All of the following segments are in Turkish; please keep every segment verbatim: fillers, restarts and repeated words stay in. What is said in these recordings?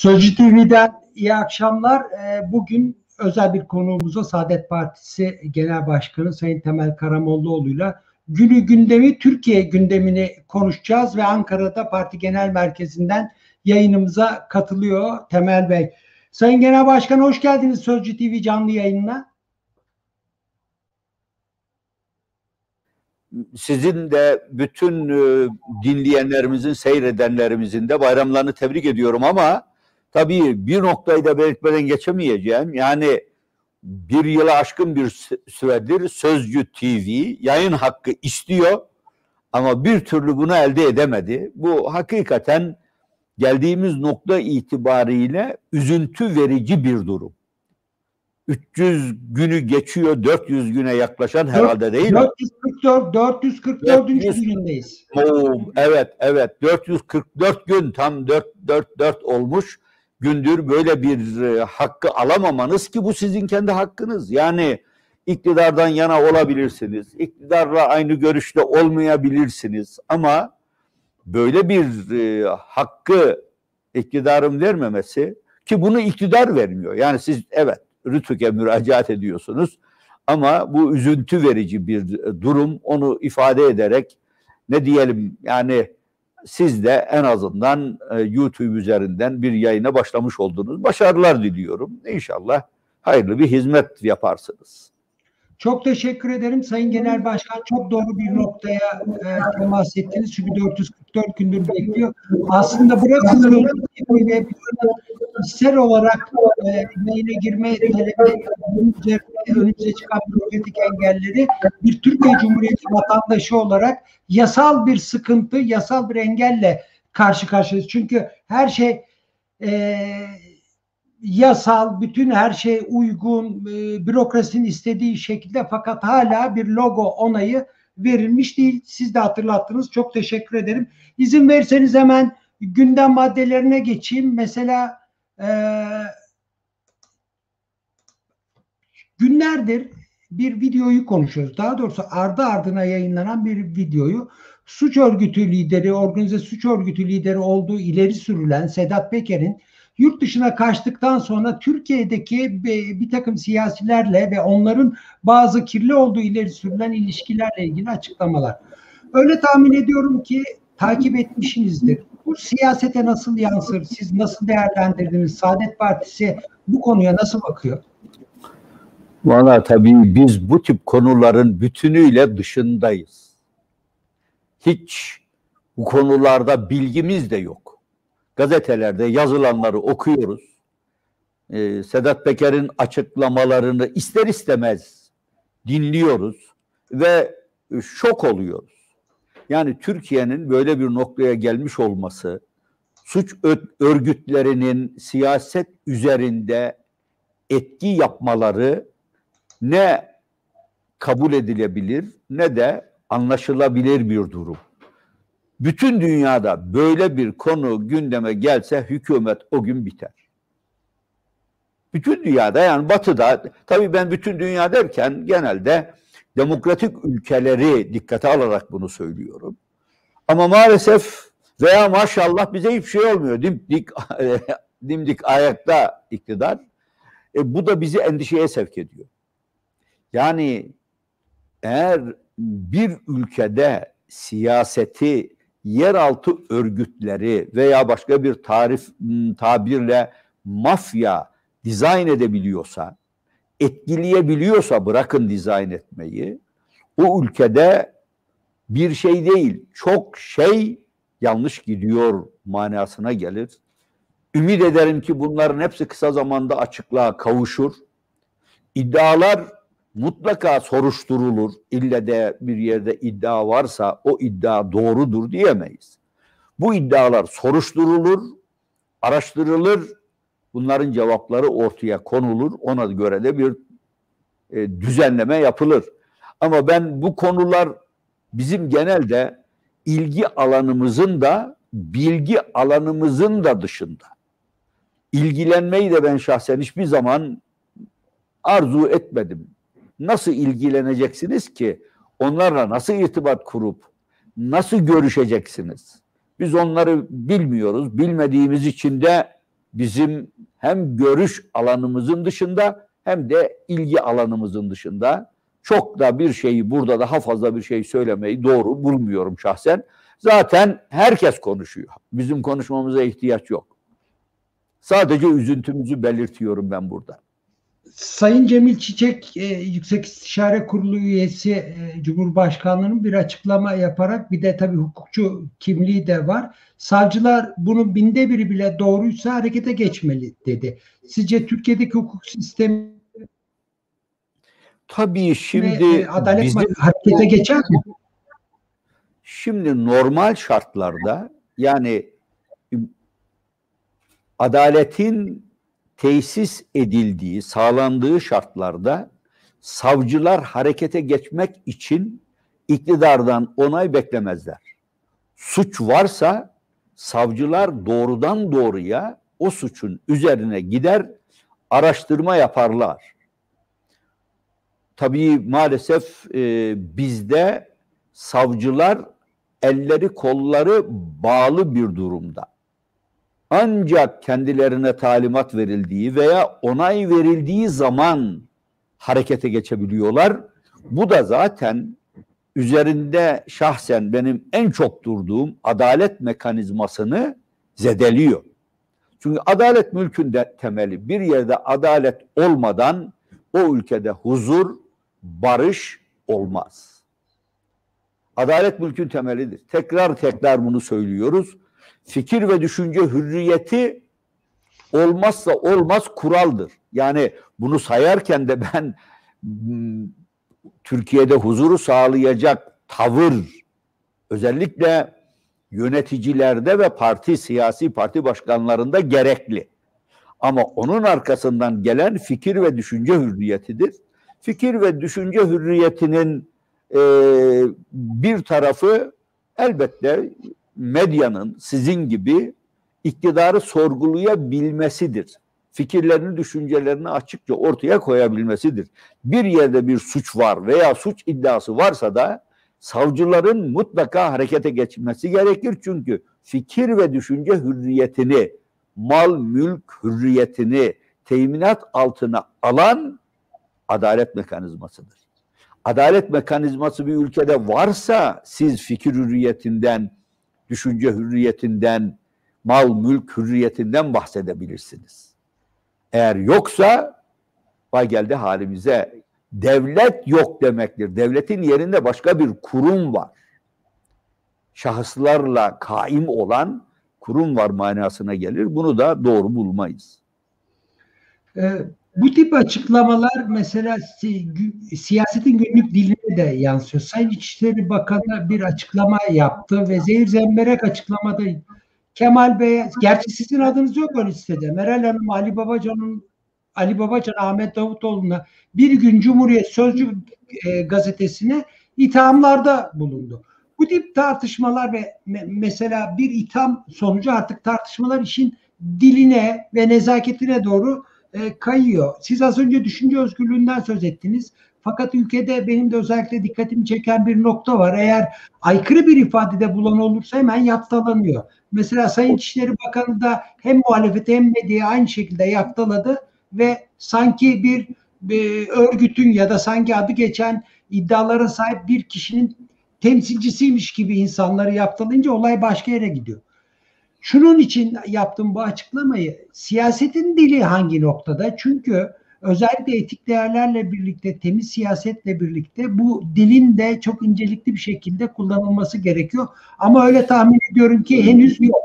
Sözcü T V'den iyi akşamlar. Bugün özel bir konuğumuza Saadet Partisi Genel Başkanı Sayın Temel Karamollaoğlu'yla günü gündemi, Türkiye gündemini konuşacağız ve Ankara'da parti genel merkezinden yayınımıza katılıyor Temel Bey. Sayın Genel Başkan, hoş geldiniz Sözcü T V canlı yayınına. Sizin de bütün dinleyenlerimizin, seyredenlerimizin de bayramlarını tebrik ediyorum ama tabii bir noktayı da belirtmeden geçemeyeceğim. Yani bir yıla aşkın bir süredir Sözcü T V yayın hakkı istiyor ama bir türlü bunu elde edemedi. Bu hakikaten geldiğimiz nokta itibariyle üzüntü verici bir durum. üç yüz günü geçiyor, dört yüz güne yaklaşan herhalde değil mi? dört yüz kırk dört, dört yüz kırk dördüncü günündeyiz. Oo, evet, evet. dört yüz kırk dört gün, tam dört dört dört olmuş gündür böyle bir e, hakkı alamamanız, ki bu sizin kendi hakkınız. Yani iktidardan yana olabilirsiniz, iktidarla aynı görüşte olmayabilirsiniz ama böyle bir e, hakkı iktidarın vermemesi, ki bunu iktidar vermiyor. Yani siz evet RTÜK'e müracaat ediyorsunuz ama bu üzüntü verici bir durum, onu ifade ederek ne diyelim, yani siz de en azından e, YouTube üzerinden bir yayına başlamış oldunuz. Başarılar diliyorum. İnşallah hayırlı bir hizmet yaparsınız. Çok teşekkür ederim Sayın Genel Başkan. Çok doğru bir noktaya e, temas ettiniz. Çünkü dört yüz kırk dört gündür bekliyor. Aslında bırakın ve kişisel olarak e, yayına girme talebi, önümüze çıkan bürokratik engelleri bir Türkiye Cumhuriyeti vatandaşı olarak yasal bir sıkıntı, yasal bir engelle karşı karşıyayız. Çünkü her şey e, yasal, bütün her şey uygun, e, bürokrasinin istediği şekilde, fakat hala bir logo onayı verilmiş değil. Siz de hatırlattınız. Çok teşekkür ederim. İzin verirseniz hemen gündem maddelerine geçeyim. Mesela e, günlerdir bir videoyu konuşuyoruz. Daha doğrusu ardı ardına yayınlanan bir videoyu, suç örgütü lideri, organize suç örgütü lideri olduğu ileri sürülen Sedat Peker'in yurt dışına kaçtıktan sonra Türkiye'deki bir takım siyasilerle ve onların bazı kirli olduğu ileri sürülen ilişkilerle ilgili açıklamalar. Öyle tahmin ediyorum ki takip etmişsinizdir. Bu siyasete nasıl yansır? Siz nasıl değerlendirdiniz? Saadet Partisi bu konuya nasıl bakıyor? Valla tabii biz bu tip konuların bütünüyle dışındayız. Hiç bu konularda bilgimiz de yok. Gazetelerde yazılanları okuyoruz. Ee, Sedat Peker'in açıklamalarını ister istemez dinliyoruz ve şok oluyoruz. Yani Türkiye'nin böyle bir noktaya gelmiş olması, suç örgütlerinin siyaset üzerinde etki yapmaları ne kabul edilebilir ne de anlaşılabilir bir durum. Bütün dünyada böyle bir konu gündeme gelse hükümet o gün biter. Bütün dünyada, yani Batı'da, tabii ben bütün dünya derken genelde demokratik ülkeleri dikkate alarak bunu söylüyorum. Ama maalesef veya maşallah bize hiçbir şey olmuyor. Dimdik, dimdik ayakta iktidar. E, bu da bizi endişeye sevk ediyor. Yani eğer bir ülkede siyaseti yeraltı örgütleri veya başka bir tarif tabirle mafya dizayn edebiliyorsa, etkileyebiliyorsa, bırakın dizayn etmeyi, o ülkede bir şey değil, çok şey yanlış gidiyor manasına gelir. Ümit ederim ki bunların hepsi kısa zamanda açıklığa kavuşur. İddialar mutlaka soruşturulur. İlle de bir yerde iddia varsa o iddia doğrudur diyemeyiz. Bu iddialar soruşturulur, araştırılır, bunların cevapları ortaya konulur. Ona göre de bir e, düzenleme yapılır. Ama ben bu konular bizim genelde ilgi alanımızın da bilgi alanımızın da dışında. İlgilenmeyi de ben şahsen hiçbir zaman arzu etmedim. Nasıl ilgileneceksiniz ki? Onlarla nasıl irtibat kurup nasıl görüşeceksiniz? Biz onları bilmiyoruz. Bilmediğimiz için de bizim hem görüş alanımızın dışında hem de ilgi alanımızın dışında. Çok da bir şeyi burada daha fazla bir şey söylemeyi doğru bulmuyorum şahsen. Zaten herkes konuşuyor. Bizim konuşmamıza ihtiyaç yok. Sadece üzüntümüzü belirtiyorum ben burada. Sayın Cemil Çiçek, e, Yüksek İstişare Kurulu üyesi, e, Cumhurbaşkanlığı'nın bir açıklama yaparak, bir de tabii hukukçu kimliği de var. Savcılar bunun binde biri bile doğruysa harekete geçmeli dedi. Sizce Türkiye'deki hukuk sistemi Tabii şimdi ve adalet bizim harekete geçer mi? Şimdi normal şartlarda, yani adaletin tesis edildiği, sağlandığı şartlarda savcılar harekete geçmek için iktidardan onay beklemezler. Suç varsa savcılar doğrudan doğruya o suçun üzerine gider, araştırma yaparlar. Tabii maalesef e, bizde savcılar elleri kolları bağlı bir durumda. Ancak kendilerine talimat verildiği veya onay verildiği zaman harekete geçebiliyorlar. Bu da zaten üzerinde şahsen benim en çok durduğum adalet mekanizmasını zedeliyor. Çünkü adalet mülkün de temeli. Bir yerde adalet olmadan o ülkede huzur, barış olmaz. Adalet mülkün temelidir. Tekrar tekrar bunu söylüyoruz. Fikir ve düşünce hürriyeti olmazsa olmaz kuraldır. Yani bunu sayarken de ben Türkiye'de huzuru sağlayacak tavır, özellikle yöneticilerde ve parti, siyasi parti başkanlarında gerekli. Ama onun arkasından gelen fikir ve düşünce hürriyetidir. Fikir ve düşünce hürriyetinin e, bir tarafı elbette medyanın sizin gibi iktidarı sorgulayabilmesidir. Fikirlerini, düşüncelerini açıkça ortaya koyabilmesidir. Bir yerde bir suç var veya suç iddiası varsa da savcıların mutlaka harekete geçmesi gerekir. Çünkü fikir ve düşünce hürriyetini, mal, mülk hürriyetini teminat altına alan adalet mekanizmasıdır. Adalet mekanizması bir ülkede varsa siz fikir hürriyetinden, düşünce hürriyetinden, mal, mülk hürriyetinden bahsedebilirsiniz. Eğer yoksa vay geldi halimize. Devlet yok demektir. Devletin yerinde başka bir kurum var. Şahıslarla kaim olan kurum var manasına gelir. Bunu da doğru bulmayız. Ee, bu tip açıklamalar mesela si siyasetin günlük diline de yansıyor. Sayın İçişleri Bakanı bir açıklama yaptı ve zehir zemberek açıklamada Kemal Bey, gerçi sizin adınız yok o listede. Meral Hanım, Ali Babacan'ın Ali Babacan, Ahmet Davutoğlu'na bir gün Cumhuriyet Sözcü e, gazetesine ithamlarda bulundu. Bu tip tartışmalar ve me mesela bir itham sonucu artık tartışmalar işin diline ve nezaketine doğru e, kayıyor. Siz az önce düşünce özgürlüğünden söz ettiniz. Fakat ülkede benim de özellikle dikkatimi çeken bir nokta var. Eğer aykırı bir ifadede bulan olursa hemen yaftalanıyor. Mesela Sayın İçişleri Bakanı da hem muhalefeti hem medyayı aynı şekilde yaftaladı ve sanki bir, bir örgütün ya da sanki adı geçen iddialara sahip bir kişinin temsilcisiymiş gibi insanları yaptalayınca olay başka yere gidiyor. Şunun için yaptım bu açıklamayı. Siyasetin dili hangi noktada? Çünkü özellikle etik değerlerle birlikte, temiz siyasetle birlikte bu dilin de çok incelikli bir şekilde kullanılması gerekiyor. Ama öyle tahmin ediyorum ki henüz yok.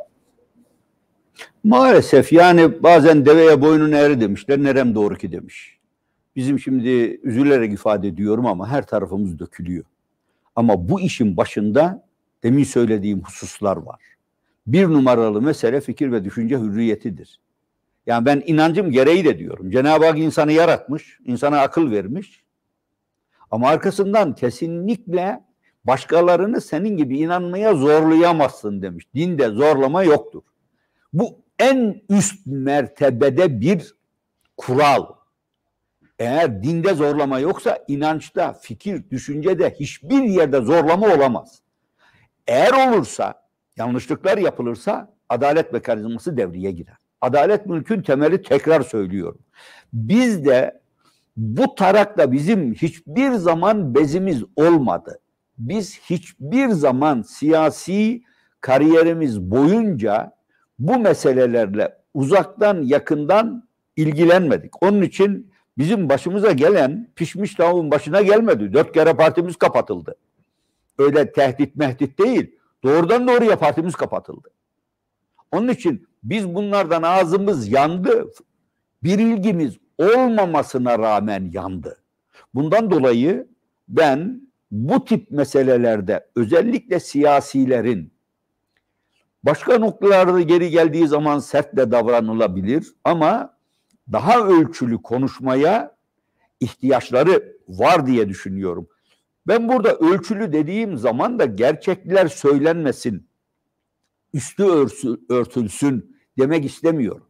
Maalesef, yani bazen deveye boynun eğri demişler, nerem doğru ki demiş. Bizim şimdi üzülerek ifade ediyorum ama her tarafımız dökülüyor. Ama bu işin başında demin söylediğim hususlar var. Bir numaralı mesele fikir ve düşünce hürriyetidir. Yani ben inancım gereği de diyorum. Cenab-ı Hak insanı yaratmış, insana akıl vermiş. Ama arkasından kesinlikle başkalarını senin gibi inanmaya zorlayamazsın demiş. Dinde zorlama yoktur. Bu en üst mertebede bir kural. Eğer dinde zorlama yoksa inançta, fikir, düşüncede hiçbir yerde zorlama olamaz. Eğer olursa, yanlışlıklar yapılırsa adalet mekanizması devreye girer. Adalet mülkün temeli, tekrar söylüyorum. Biz de bu tarakla bizim hiçbir zaman bezimiz olmadı. Biz hiçbir zaman siyasi kariyerimiz boyunca bu meselelerle uzaktan yakından ilgilenmedik. Onun için bizim başımıza gelen pişmiş tavuğun başına gelmedi. Dört kere partimiz kapatıldı. Öyle tehdit mehdit değil. Doğrudan doğruya partimiz kapatıldı. Onun için biz bunlardan ağzımız yandı. Bir ilgimiz olmamasına rağmen yandı. Bundan dolayı ben bu tip meselelerde özellikle siyasilerin başka noktalarda geri geldiği zaman sert de davranılabilir ama daha ölçülü konuşmaya ihtiyaçları var diye düşünüyorum. Ben burada ölçülü dediğim zaman da gerçekler söylenmesin, üstü örsü, örtülsün demek istemiyorum.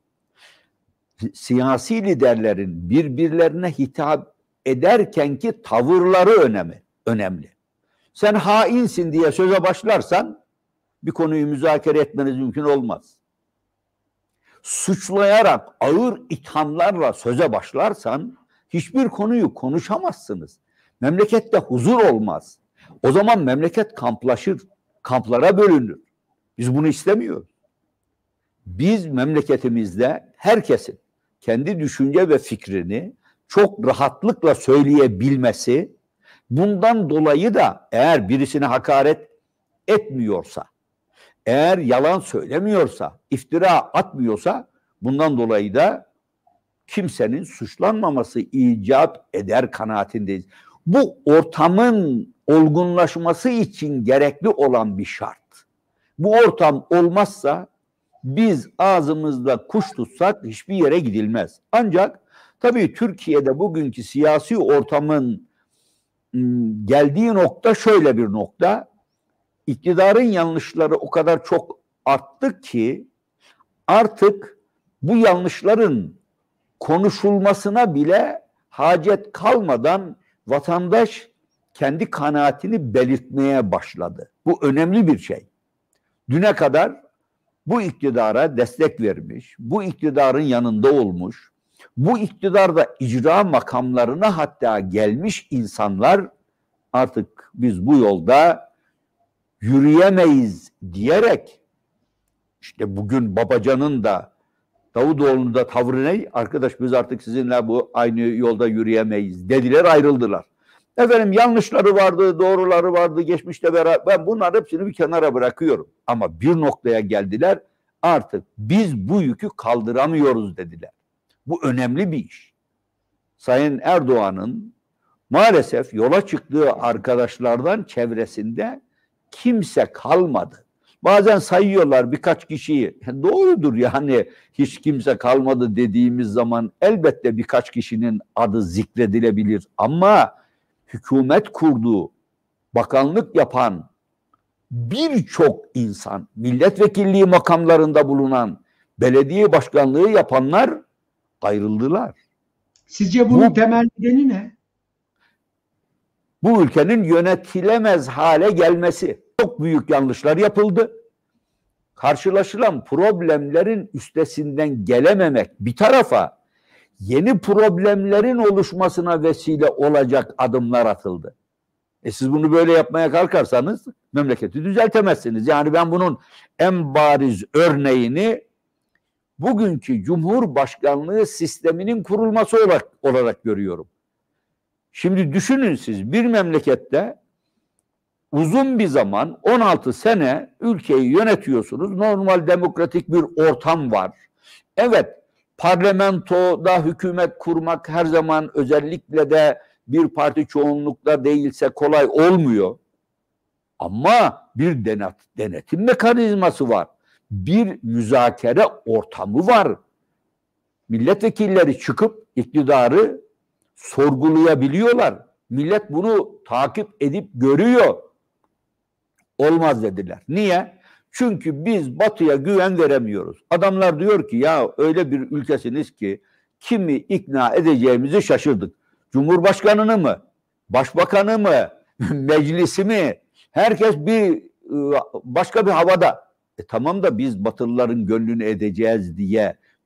Siyasi liderlerin birbirlerine hitap ederkenki tavırları önemli. önemli. Sen hainsin diye söze başlarsan bir konuyu müzakere etmeniz mümkün olmaz. Suçlayarak ağır ithamlarla söze başlarsan hiçbir konuyu konuşamazsınız. Memlekette huzur olmaz. O zaman memleket kamplaşır, kamplara bölünür. Biz bunu istemiyoruz. Biz memleketimizde herkesin kendi düşünce ve fikrini çok rahatlıkla söyleyebilmesi, bundan dolayı da eğer birisine hakaret etmiyorsa, eğer yalan söylemiyorsa, iftira atmıyorsa, bundan dolayı da kimsenin suçlanmaması icap eder kanaatindeyiz. Bu ortamın olgunlaşması için gerekli olan bir şart. Bu ortam olmazsa biz ağzımızda kuş tutsak hiçbir yere gidilmez. Ancak tabii Türkiye'de bugünkü siyasi ortamın geldiği nokta şöyle bir nokta. İktidarın yanlışları o kadar çok arttı ki artık bu yanlışların konuşulmasına bile hacet kalmadan vatandaş kendi kanaatini belirtmeye başladı. Bu önemli bir şey. Düne kadar bu iktidara destek vermiş, bu iktidarın yanında olmuş, bu iktidarda icra makamlarına hatta gelmiş insanlar artık biz bu yolda yürüyemeyiz diyerek, işte bugün Babacan'ın da Davutoğlu'nun da tavrı ne? Arkadaş biz artık sizinle bu aynı yolda yürüyemeyiz dediler, ayrıldılar. Efendim yanlışları vardı, doğruları vardı, geçmişte beraber. Ben bunların hepsini bir kenara bırakıyorum. Ama bir noktaya geldiler, artık biz bu yükü kaldıramıyoruz dediler. Bu önemli bir iş. Sayın Erdoğan'ın maalesef yola çıktığı arkadaşlardan çevresinde kimse kalmadı. Bazen sayıyorlar birkaç kişiyi. Doğrudur yani hiç kimse kalmadı dediğimiz zaman elbette birkaç kişinin adı zikredilebilir. Ama hükümet kurduğu, bakanlık yapan birçok insan, milletvekilliği makamlarında bulunan, belediye başkanlığı yapanlar ayrıldılar. Sizce bunun bu, temel nedeni ne? Bu ülkenin yönetilemez hale gelmesi. Çok büyük yanlışlar yapıldı. Karşılaşılan problemlerin üstesinden gelememek bir tarafa, yeni problemlerin oluşmasına vesile olacak adımlar atıldı. E siz bunu böyle yapmaya kalkarsanız memleketi düzeltemezsiniz. Yani ben bunun en bariz örneğini bugünkü Cumhurbaşkanlığı sisteminin kurulması olarak, olarak görüyorum. Şimdi düşünün siz bir memlekette uzun bir zaman on altı sene ülkeyi yönetiyorsunuz. Normal demokratik bir ortam var. Evet, parlamentoda hükümet kurmak her zaman özellikle de bir parti çoğunlukla değilse kolay olmuyor. Ama bir denet, denetim mekanizması var. Bir müzakere ortamı var. Milletvekilleri çıkıp iktidarı sorgulayabiliyorlar. Millet bunu takip edip görüyor. Olmaz dediler. Niye? Çünkü biz Batı'ya güven veremiyoruz. Adamlar diyor ki ya öyle bir ülkesiniz ki kimi ikna edeceğimizi şaşırdık. Cumhurbaşkanını mı? Başbakanı mı? Meclisi mi? Herkes bir başka bir havada. E tamam da biz Batılıların gönlünü edeceğiz diye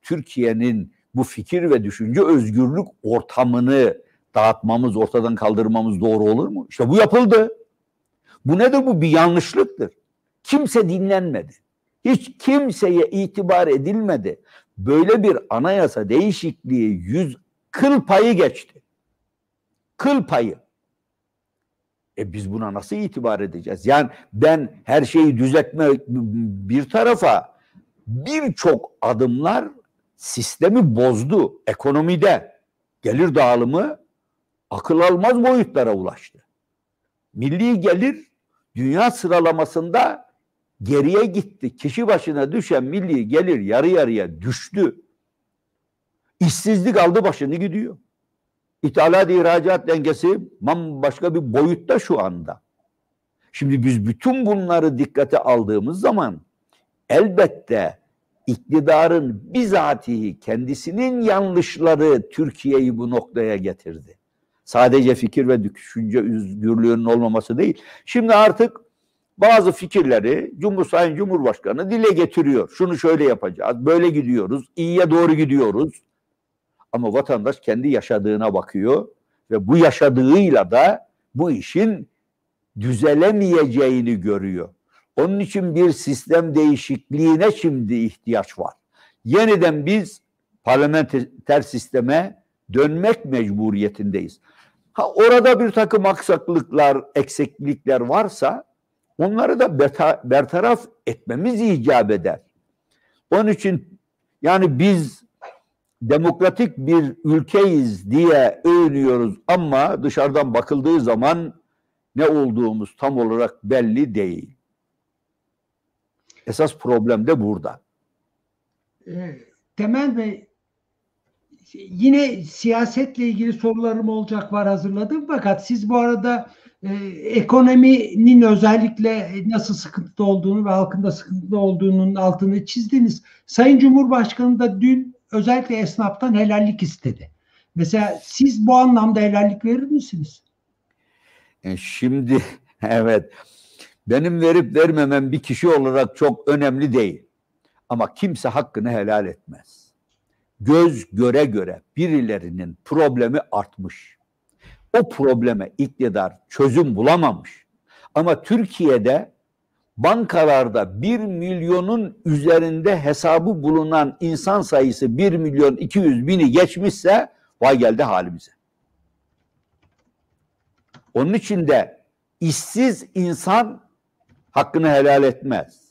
Türkiye'nin bu fikir ve düşünce özgürlük ortamını dağıtmamız, ortadan kaldırmamız doğru olur mu? İşte bu yapıldı. Bu nedir? Bu bir yanlışlıktır. Kimse dinlenmedi. Hiç kimseye itibar edilmedi. Böyle bir anayasa değişikliği yüz kıl payı geçti. Kıl payı. E biz buna nasıl itibar edeceğiz? Yani ben her şeyi düzeltme bir tarafa, birçok adımlar sistemi bozdu. Ekonomide gelir dağılımı akıl almaz boyutlara ulaştı. Milli gelir dünya sıralamasında geriye gitti. Kişi başına düşen milli gelir yarı yarıya düştü. İşsizlik aldı başını gidiyor. İthalat ihracat dengesi bambaşka bir boyutta şu anda. Şimdi biz bütün bunları dikkate aldığımız zaman elbette iktidarın bizatihi kendisinin yanlışları Türkiye'yi bu noktaya getirdi. Sadece fikir ve düşünce özgürlüğünün olmaması değil. Şimdi artık bazı fikirleri Cumhur Sayın Cumhurbaşkanı dile getiriyor. Şunu şöyle yapacağız, böyle gidiyoruz, iyiye doğru gidiyoruz. Ama vatandaş kendi yaşadığına bakıyor ve bu yaşadığıyla da bu işin düzelemeyeceğini görüyor. Onun için bir sistem değişikliğine şimdi ihtiyaç var. Yeniden biz parlamenter sisteme dönmek mecburiyetindeyiz. Ha, orada bir takım aksaklıklar, eksiklikler varsa onları da bertaraf etmemiz icap eder. Onun için yani biz demokratik bir ülkeyiz diye övünüyoruz ama dışarıdan bakıldığı zaman ne olduğumuz tam olarak belli değil. Esas problem de burada. Temel Bey, yine siyasetle ilgili sorularım olacak, var hazırladım. Fakat siz bu arada e, ekonominin özellikle nasıl sıkıntıda olduğunu ve halkın da sıkıntıda olduğunun altını çizdiniz. Sayın Cumhurbaşkanı da dün özellikle esnaftan helallik istedi. Mesela siz bu anlamda helallik verir misiniz? E şimdi evet, benim verip vermemem bir kişi olarak çok önemli değil. Ama kimse hakkını helal etmez. Göz göre göre birilerinin problemi artmış. O probleme iktidar çözüm bulamamış. Ama Türkiye'de bankalarda bir milyonun üzerinde hesabı bulunan insan sayısı bir milyon iki yüz bini geçmişse vay geldi halimize. Onun için de işsiz insan hakkını helal etmez.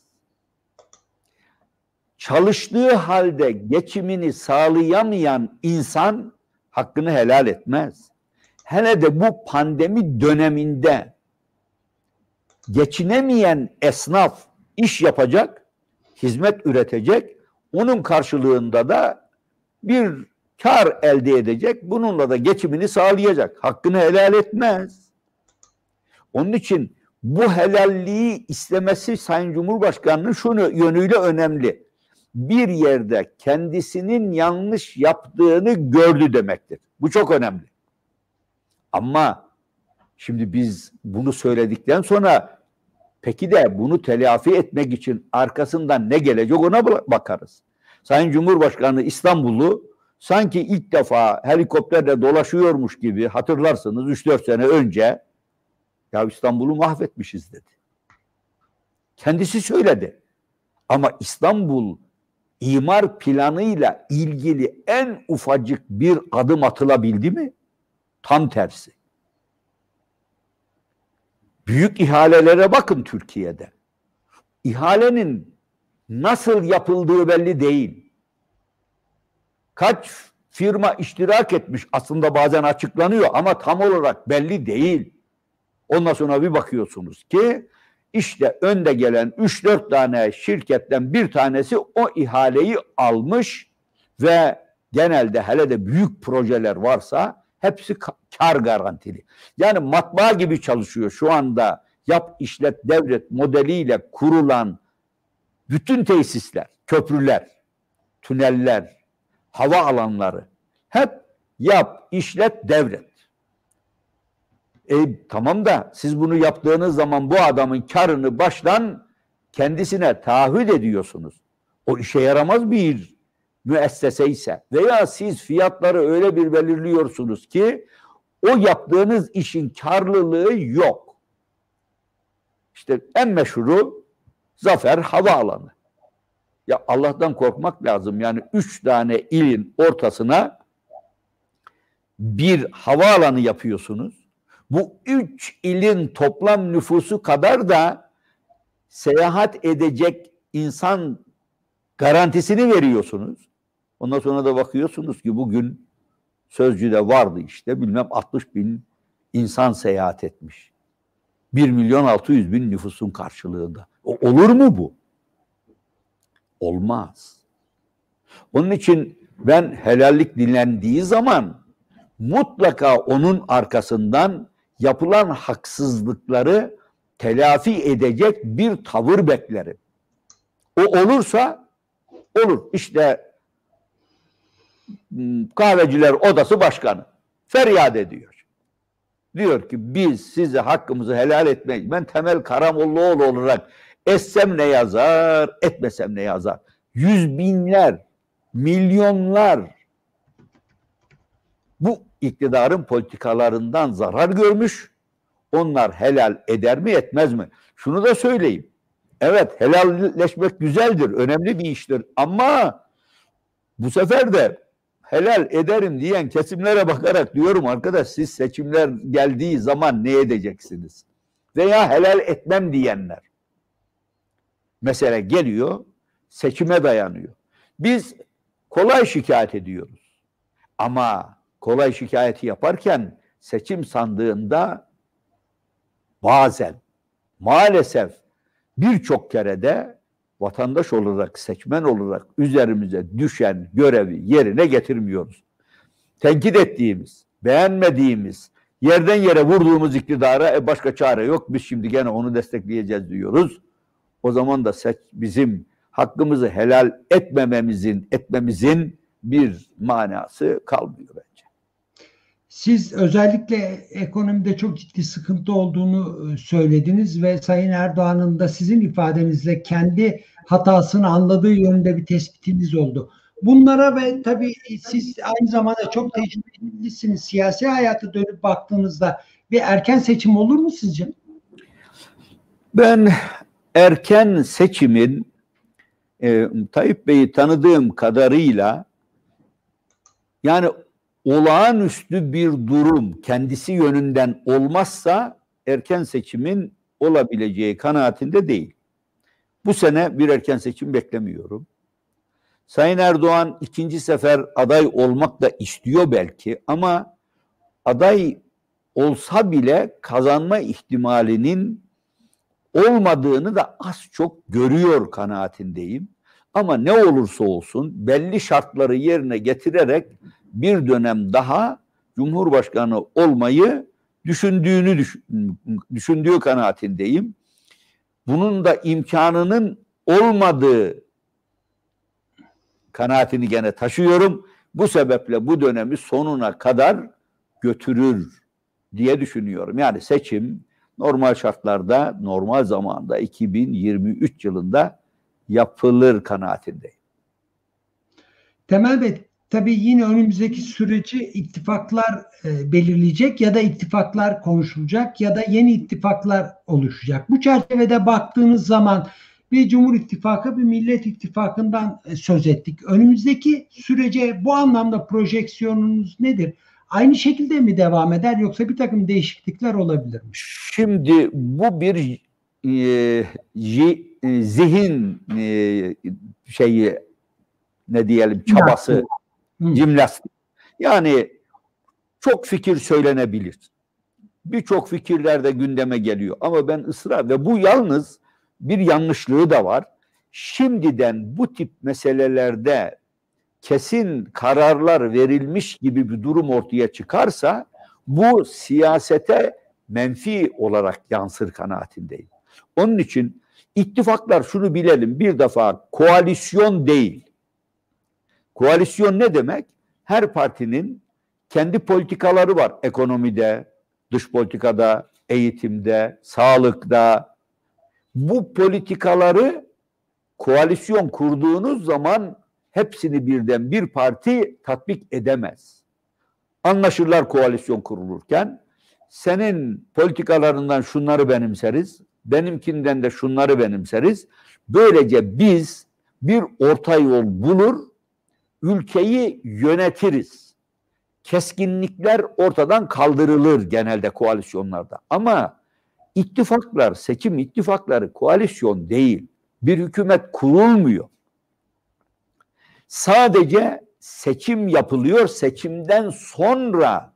Çalıştığı halde geçimini sağlayamayan insan hakkını helal etmez. Hele de bu pandemi döneminde geçinemeyen esnaf iş yapacak, hizmet üretecek, onun karşılığında da bir kar elde edecek, bununla da geçimini sağlayacak. Hakkını helal etmez. Onun için bu helalliği istemesi Sayın Cumhurbaşkanı'nın şunu yönüyle önemli. Bir yerde kendisinin yanlış yaptığını gördü demektir. Bu çok önemli. Ama şimdi biz bunu söyledikten sonra peki de bunu telafi etmek için arkasından ne gelecek ona bakarız. Sayın Cumhurbaşkanı İstanbul'u sanki ilk defa helikopterle dolaşıyormuş gibi, hatırlarsınız üç dört sene önce, ya İstanbul'u mahvetmişiz dedi. Kendisi söyledi. Ama İstanbul imar planıyla ilgili en ufacık bir adım atılabildi mi? Tam tersi. Büyük ihalelere bakın Türkiye'de. İhalenin nasıl yapıldığı belli değil. Kaç firma iştirak etmiş aslında bazen açıklanıyor ama tam olarak belli değil. Ondan sonra bir bakıyorsunuz ki işte önde gelen üç dört tane şirketten bir tanesi o ihaleyi almış ve genelde hele de büyük projeler varsa hepsi kar garantili. Yani matbaa gibi çalışıyor şu anda yap işlet devlet modeliyle kurulan bütün tesisler, köprüler, tüneller, hava alanları hep yap işlet devlet. E, tamam da siz bunu yaptığınız zaman bu adamın karını baştan kendisine taahhüt ediyorsunuz. O işe yaramaz bir müessese ise veya siz fiyatları öyle bir belirliyorsunuz ki o yaptığınız işin karlılığı yok. İşte en meşhuru Zafer Havaalanı. Ya Allah'tan korkmak lazım. Yani üç tane ilin ortasına bir havaalanı yapıyorsunuz. Bu üç ilin toplam nüfusu kadar da seyahat edecek insan garantisini veriyorsunuz. Ondan sonra da bakıyorsunuz ki bugün Sözcü'de vardı işte bilmem altmış bin insan seyahat etmiş. bir milyon altı yüz bin nüfusun karşılığında. O, olur mu bu? Olmaz. Onun için ben helallik dinlendiği zaman mutlaka onun arkasından yapılan haksızlıkları telafi edecek bir tavır beklerim. O olursa olur. İşte Kahveciler Odası Başkanı feryat ediyor. Diyor ki biz size hakkımızı helal etmeyiz. Ben Temel Karamollaoğlu olarak etsem ne yazar, etmesem ne yazar. Yüz binler, milyonlar bu iktidarın politikalarından zarar görmüş. Onlar helal eder mi etmez mi? Şunu da söyleyeyim. Evet helalleşmek güzeldir, önemli bir iştir. Ama bu sefer de helal ederim diyen kesimlere bakarak diyorum arkadaş siz seçimler geldiği zaman ne edeceksiniz? Veya helal etmem diyenler. Mesele geliyor, seçime dayanıyor. Biz kolay şikayet ediyoruz. Ama kolay şikayeti yaparken seçim sandığında bazen maalesef birçok kere de vatandaş olarak, seçmen olarak üzerimize düşen görevi yerine getirmiyoruz. Tenkit ettiğimiz, beğenmediğimiz, yerden yere vurduğumuz iktidara e başka çare yok. Biz şimdi gene onu destekleyeceğiz diyoruz. O zaman da seç, bizim hakkımızı helal etmememizin, etmemizin bir manası kalmıyor bence. Siz özellikle ekonomide çok ciddi sıkıntı olduğunu söylediniz ve Sayın Erdoğan'ın da sizin ifadenizle kendi hatasını anladığı yönünde bir tespitiniz oldu. Bunlara ve tabii siz aynı zamanda çok tecrübelisiniz. Siyasi hayata dönüp baktığınızda bir erken seçim olur mu sizce? Ben erken seçimin e, Tayyip Bey'i tanıdığım kadarıyla yani olağanüstü bir durum kendisi yönünden olmazsa erken seçimin olabileceği kanaatinde değil. Bu sene bir erken seçim beklemiyorum. Sayın Erdoğan ikinci sefer aday olmak da istiyor belki ama aday olsa bile kazanma ihtimalinin olmadığını da az çok görüyor kanaatindeyim. Ama ne olursa olsun belli şartları yerine getirerek bir dönem daha Cumhurbaşkanı olmayı düşündüğünü düşündüğü kanaatindeyim. Bunun da imkanının olmadığı kanaatini gene taşıyorum. Bu sebeple bu dönemi sonuna kadar götürür diye düşünüyorum. Yani seçim normal şartlarda, normal zamanda iki bin yirmi üç yılında yapılır kanaatindeyim. Temel Bey, tabii yine önümüzdeki süreci ittifaklar e, belirleyecek ya da ittifaklar konuşulacak ya da yeni ittifaklar oluşacak. Bu çerçevede baktığınız zaman bir Cumhur İttifakı, bir Millet İttifakı'ndan e, söz ettik. Önümüzdeki sürece bu anlamda projeksiyonunuz nedir? Aynı şekilde mi devam eder yoksa bir takım değişiklikler olabilir mi? Şimdi bu bir e, e, zihin e, şeyi ne diyelim çabası, jimnastik. Yani çok fikir söylenebilir. Birçok fikirler de gündeme geliyor. Ama ben ısrar ve bu yalnız bir yanlışlığı da var. Şimdiden bu tip meselelerde kesin kararlar verilmiş gibi bir durum ortaya çıkarsa bu siyasete menfi olarak yansır kanaatindeyim. Onun için ittifaklar şunu bilelim bir defa koalisyon değil. Koalisyon ne demek? Her partinin kendi politikaları var. Ekonomide, dış politikada, eğitimde, sağlıkta. Bu politikaları koalisyon kurduğunuz zaman hepsini birden bir parti tatbik edemez. Anlaşırlar koalisyon kurulurken, senin politikalarından şunları benimseriz, benimkinden de şunları benimseriz. Böylece biz bir orta yol bulur, ülkeyi yönetiriz. Keskinlikler ortadan kaldırılır genelde koalisyonlarda. Ama ittifaklar, seçim ittifakları koalisyon değil. Bir hükümet kurulmuyor. Sadece seçim yapılıyor. Seçimden sonra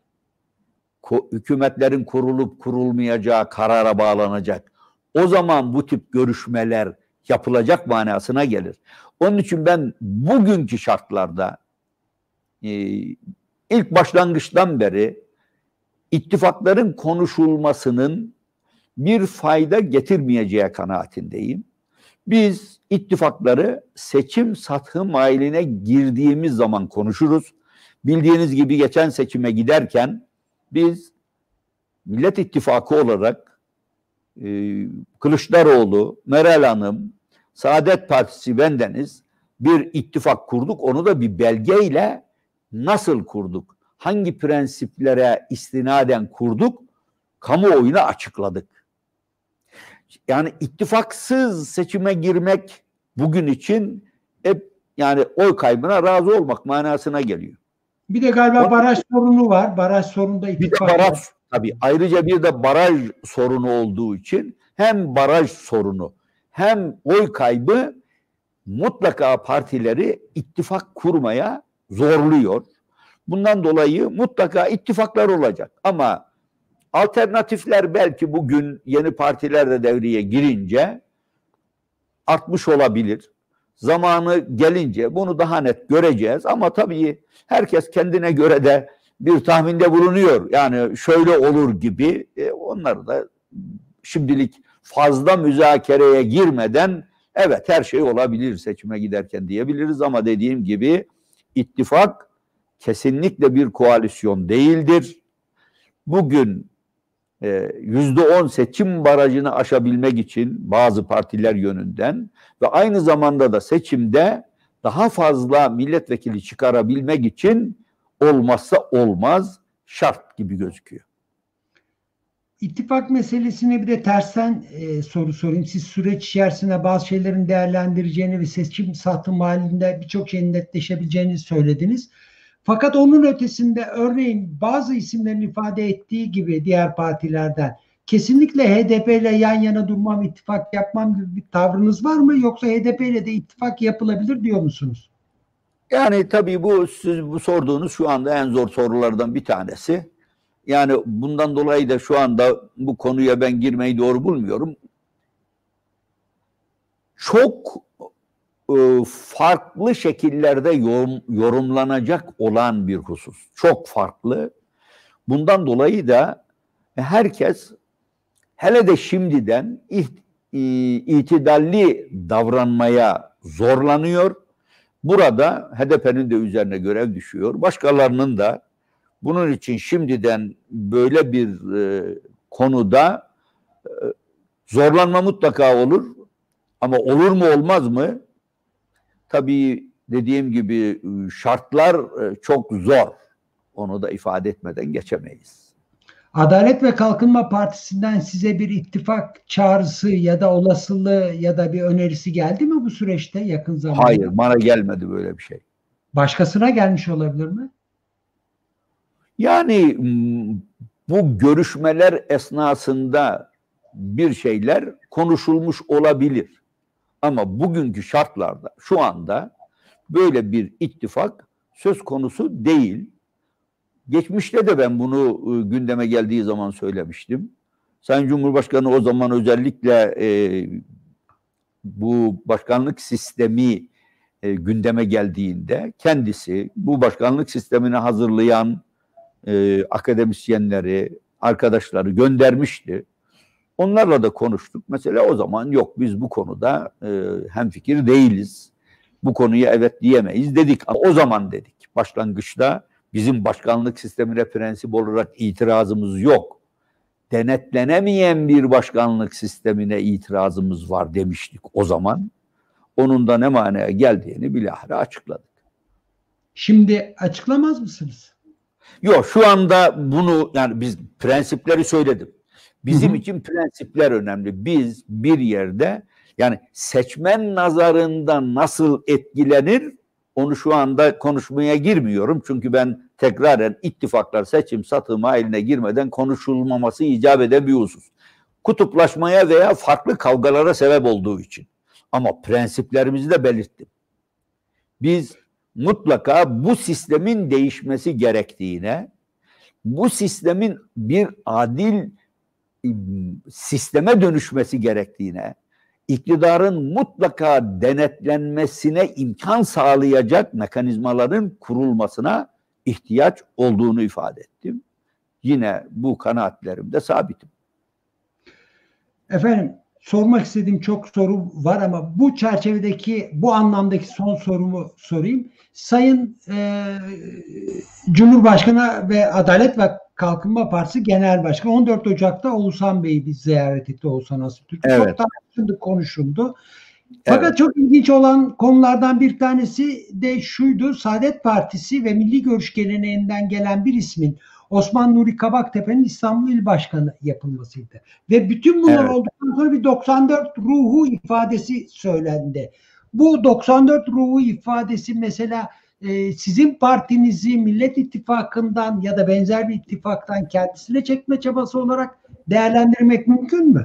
hükümetlerin kurulup kurulmayacağı karara bağlanacak. O zaman bu tip görüşmeler yapılacak manasına gelir. Onun için ben bugünkü şartlarda e, ilk başlangıçtan beri ittifakların konuşulmasının bir fayda getirmeyeceği kanaatindeyim. Biz ittifakları seçim sathı mailine girdiğimiz zaman konuşuruz. Bildiğiniz gibi geçen seçime giderken biz Millet İttifakı olarak e, Kılıçdaroğlu, Meral Hanım, Saadet Partisi bendeniz bir ittifak kurduk. Onu da bir belgeyle nasıl kurduk? Hangi prensiplere istinaden kurduk? Kamuoyuna açıkladık. Yani ittifaksız seçime girmek bugün için hep yani oy kaybına razı olmak manasına geliyor. Bir de galiba o, baraj sorunu var. Baraj sorununda ittifak. Bir de baraj tabii. Ayrıca bir de baraj sorunu olduğu için hem baraj sorunu hem oy kaybı mutlaka partileri ittifak kurmaya zorluyor. Bundan dolayı mutlaka ittifaklar olacak. Ama alternatifler belki bugün yeni partiler de devreye girince artmış olabilir. Zamanı gelince bunu daha net göreceğiz. Ama tabii herkes kendine göre de bir tahminde bulunuyor. Yani şöyle olur gibi. E, onları da şimdilik fazla müzakereye girmeden evet her şey olabilir seçime giderken diyebiliriz. Ama dediğim gibi ittifak kesinlikle bir koalisyon değildir. Bugün yüzde on seçim barajını aşabilmek için bazı partiler yönünden ve aynı zamanda da seçimde daha fazla milletvekili çıkarabilmek için olmazsa olmaz şart gibi gözüküyor. İttifak meselesine bir de tersten e, soru sorayım. Siz süreç içerisinde bazı şeylerin değerlendireceğini ve seçim satım halinde birçok şeyin netleşebileceğini söylediniz. Fakat onun ötesinde örneğin bazı isimlerin ifade ettiği gibi diğer partilerden kesinlikle H D P ile yan yana durmam, ittifak yapmam gibi bir tavrınız var mı? Yoksa H D P ile de ittifak yapılabilir diyor musunuz? Yani tabii bu siz bu sorduğunuz şu anda en zor sorulardan bir tanesi. Yani bundan dolayı da şu anda bu konuya ben girmeyi doğru bulmuyorum. Çok farklı şekillerde yorum, yorumlanacak olan bir husus. Çok farklı. Bundan dolayı da herkes hele de şimdiden itidalli davranmaya zorlanıyor. Burada H D P'nin de üzerine görev düşüyor. Başkalarının da bunun için şimdiden böyle bir e, konuda e, zorlanma mutlaka olur. Ama olur mu olmaz mı? Tabii dediğim gibi şartlar çok zor. Onu da ifade etmeden geçemeyiz. Adalet ve Kalkınma Partisi'nden size bir ittifak çağrısı ya da olasılığı ya da bir önerisi geldi mi bu süreçte yakın zamanda? Hayır, bana gelmedi böyle bir şey. Başkasına gelmiş olabilir mi? Yani bu görüşmeler esnasında bir şeyler konuşulmuş olabilir. Ama bugünkü şartlarda şu anda böyle bir ittifak söz konusu değil. Geçmişte de ben bunu gündeme geldiği zaman söylemiştim. Sayın Cumhurbaşkanı o zaman özellikle e, bu başkanlık sistemi e, gündeme geldiğinde kendisi bu başkanlık sistemini hazırlayan e, akademisyenleri, arkadaşları göndermişti. Onlarla da konuştuk. Mesela o zaman yok biz bu konuda e, hemfikir değiliz. Bu konuya evet diyemeyiz dedik. Ama o zaman dedik. Başlangıçta bizim başkanlık sistemine prensip olarak itirazımız yok. Denetlenemeyen bir başkanlık sistemine itirazımız var demiştik o zaman. onun da ne manaya geldiğini bilahare açıkladık. Şimdi açıklamaz mısınız? Yok, şu anda bunu, yani biz prensipleri söyledim. Bizim hı hı. için prensipler önemli. Biz bir yerde, yani seçmen nazarında nasıl etkilenir, onu şu anda konuşmaya girmiyorum. Çünkü ben tekraren ittifaklar, seçim satılma eline girmeden konuşulmaması icap eden bir husus. Kutuplaşmaya veya farklı kavgalara sebep olduğu için. Ama prensiplerimizi de belirttim. Biz mutlaka bu sistemin değişmesi gerektiğine, bu sistemin bir adil sisteme dönüşmesi gerektiğine, iktidarın mutlaka denetlenmesine imkan sağlayacak mekanizmaların kurulmasına ihtiyaç olduğunu ifade ettim. Yine bu kanaatlerimde sabitim. Efendim, sormak istediğim çok soru var ama bu çerçevedeki, bu anlamdaki son sorumu sorayım. Sayın e, Cumhurbaşkanı ve Adalet ve Kalkınma Partisi Genel Başkanı on dört Ocak'ta Oğuzhan Bey'i biz ziyaret etti, Oğuzhan Asıltürk. Evet. Çok tartışıldı, konuşuldu. Fakat evet, çok ilginç olan konulardan bir tanesi de şuydu: Saadet Partisi ve Milli Görüş geleneğinden gelen bir ismin, Osman Nuri Kabaktepe'nin İstanbul İl Başkanı yapılmasıydı. Ve bütün bunlar evet. olduktan sonra bir doksan dört ruhu ifadesi söylendi. Bu doksan dört ruhu ifadesi mesela e, sizin partinizi Millet İttifakı'ndan ya da benzer bir ittifaktan kendisine çekme çabası olarak değerlendirmek mümkün mü?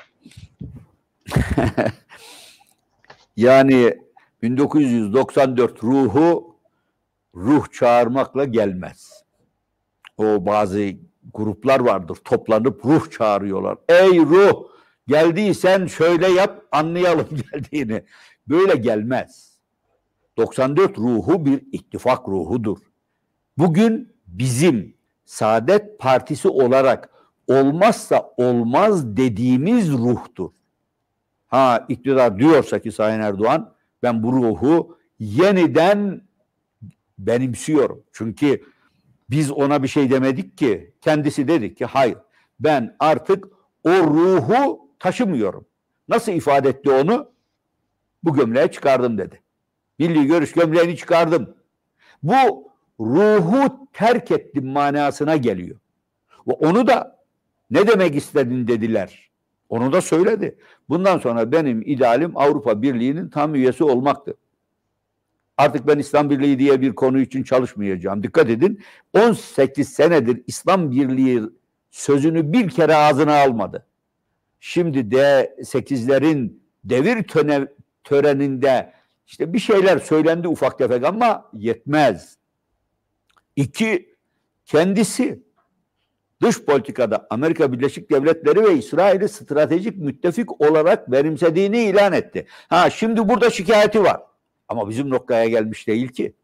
Yani bin dokuz yüz doksan dört ruhu ruh çağırmakla gelmez. O bazı gruplar vardır, toplanıp ruh çağırıyorlar. Ey ruh, geldiysen şöyle yap, anlayalım geldiğini. Böyle gelmez. doksan dört ruhu bir ittifak ruhudur. Bugün bizim Saadet Partisi olarak olmazsa olmaz dediğimiz ruhtur. Ha, iktidar diyorsa ki Sayın Erdoğan, ben bu ruhu yeniden benimsiyorum. Çünkü biz ona bir şey demedik ki. Kendisi dedi ki hayır, ben artık o ruhu taşımıyorum. Nasıl ifade etti onu? Bu gömleği çıkardım dedi. Milli Görüş gömleğini çıkardım. Bu ruhu terk ettim manasına geliyor. Ve onu da ne demek istedin dediler. Onu da söyledi. Bundan sonra benim idealim Avrupa Birliği'nin tam üyesi olmaktır. Artık ben İslam Birliği diye bir konu için çalışmayacağım. Dikkat edin, on sekiz senedir İslam Birliği sözünü bir kere ağzına almadı. Şimdi D sekizlerin devir töne, töreninde işte bir şeyler söylendi ufak tefek ama yetmez. İki, kendisi dış politikada Amerika Birleşik Devletleri ve İsrail'i stratejik müttefik olarak benimsediğini ilan etti. Ha, şimdi burada şikayeti var. Ama bizim noktaya gelmiş değil ki.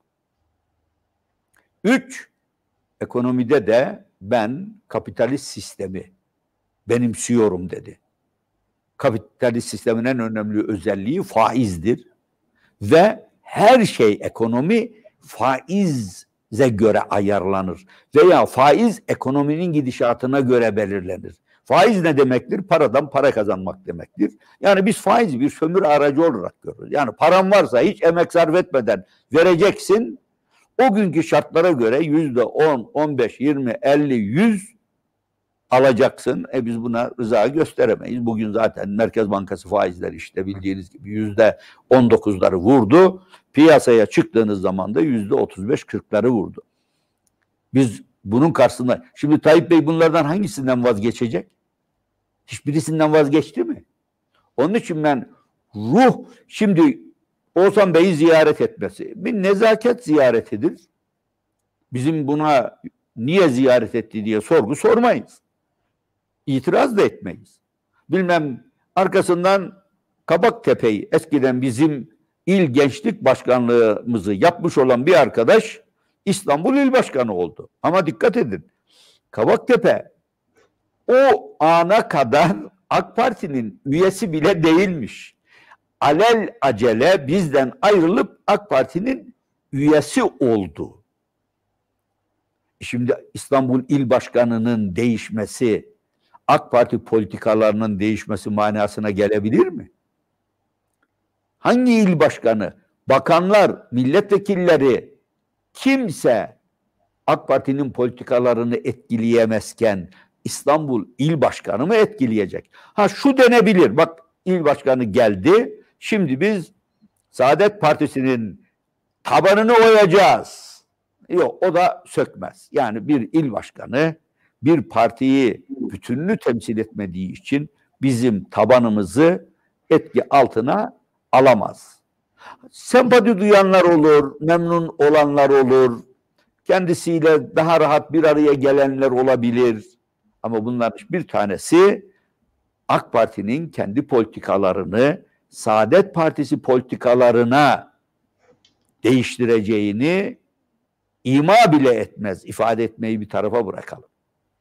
Üç, ekonomide de ben kapitalist sistemi benimsiyorum dedi. Kapitalist sistemin en önemli özelliği faizdir. Ve her şey ekonomi faize göre ayarlanır. Veya faiz ekonominin gidişatına göre belirlenir. Faiz ne demektir? Paradan para kazanmak demektir. Yani biz faizi bir sömürü aracı olarak görürüz. Yani paran varsa hiç emek sarf etmeden vereceksin. O günkü şartlara göre yüzde on, on beş, yirmi, elli, yüz alacaksın. E biz buna rıza gösteremeyiz. Bugün zaten Merkez Bankası faizleri işte bildiğiniz gibi yüzde on dokuzları vurdu. Piyasaya çıktığınız zaman da yüzde otuz beş kırkları vurdu. Biz bunun karşısında, şimdi Tayyip Bey bunlardan hangisinden vazgeçecek? Hiçbirisinden vazgeçti mi? Onun için ben ruh, şimdi Oğuzhan Bey'i ziyaret etmesi bir nezaket ziyaretidir. Bizim buna niye ziyaret etti diye sorgu sormayız. İtiraz da etmeyiz. Bilmem arkasından Kabaktepe'yi, eskiden bizim il gençlik başkanlığımızı yapmış olan bir arkadaş İstanbul İl Başkanı oldu. Ama dikkat edin, Kabaktepe o ana kadar AK Parti'nin üyesi bile değilmiş. Alel acele bizden ayrılıp AK Parti'nin üyesi oldu. Şimdi İstanbul İl Başkanı'nın değişmesi, AK Parti politikalarının değişmesi manasına gelebilir mi? Hangi il başkanı, bakanlar, milletvekilleri, kimse AK Parti'nin politikalarını etkileyemezken İstanbul il başkanı mı etkileyecek? Ha şu denebilir, bak il başkanı geldi, şimdi biz Saadet Partisi'nin tabanını oyacağız. Yok, o da sökmez. Yani bir il başkanı bir partiyi bütününü temsil etmediği için bizim tabanımızı etki altına alamaz. Sempati duyanlar olur, memnun olanlar olur, kendisiyle daha rahat bir araya gelenler olabilir. Ama bunların bir tanesi AK Parti'nin kendi politikalarını Saadet Partisi politikalarına değiştireceğini ima bile etmez. İfade etmeyi bir tarafa bırakalım.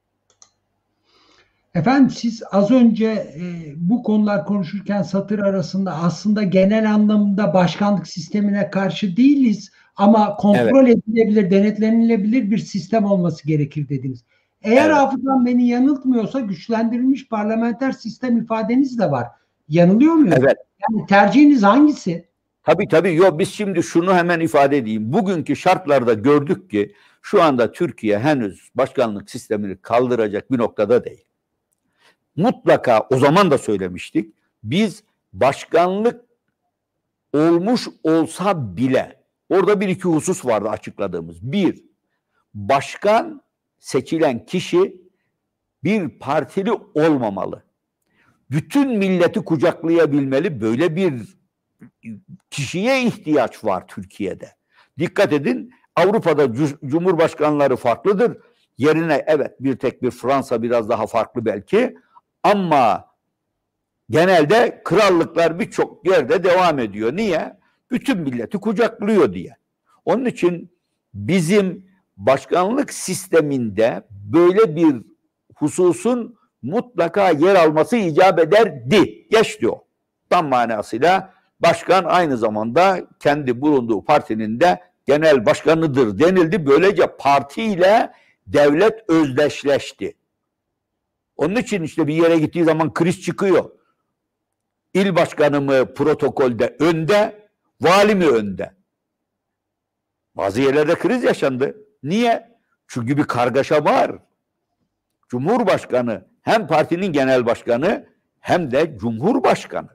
Efendim siz az önce e, bu konular konuşurken satır arasında aslında genel anlamda başkanlık sistemine karşı değiliz ama kontrol evet. edilebilir, denetlenilebilir bir sistem olması gerekir dediniz. Eğer evet. hafızam beni yanıltmıyorsa güçlendirilmiş parlamenter sistem ifadeniz de var. Yanılıyor muyum? Evet. Yani tercihiniz hangisi? Tabii tabii. Yok, biz şimdi şunu hemen ifade edeyim. Bugünkü şartlarda gördük ki şu anda Türkiye henüz başkanlık sistemini kaldıracak bir noktada değil. Mutlaka o zaman da söylemiştik. Biz başkanlık olmuş olsa bile orada bir iki husus vardı açıkladığımız. Bir, başkan seçilen kişi bir partili olmamalı. Bütün milleti kucaklayabilmeli. Böyle bir kişiye ihtiyaç var Türkiye'de. Dikkat edin, Avrupa'da cumhurbaşkanları farklıdır. Yerine evet bir tek bir Fransa biraz daha farklı belki. Ama genelde krallıklar birçok yerde devam ediyor. Niye? Bütün milleti kucaklıyor diye. Onun için bizim başkanlık sisteminde böyle bir hususun mutlaka yer alması icap ederdi. Geçti o. Tam manasıyla başkan aynı zamanda kendi bulunduğu partinin de genel başkanıdır denildi. Böylece partiyle devlet özdeşleşti. Onun için işte bir yere gittiği zaman kriz çıkıyor. İl başkanı mı protokolde önde, vali mi önde? Bazı yerlerde kriz yaşandı. Niye? Çünkü bir kargaşa var. Cumhurbaşkanı hem partinin genel başkanı hem de cumhurbaşkanı.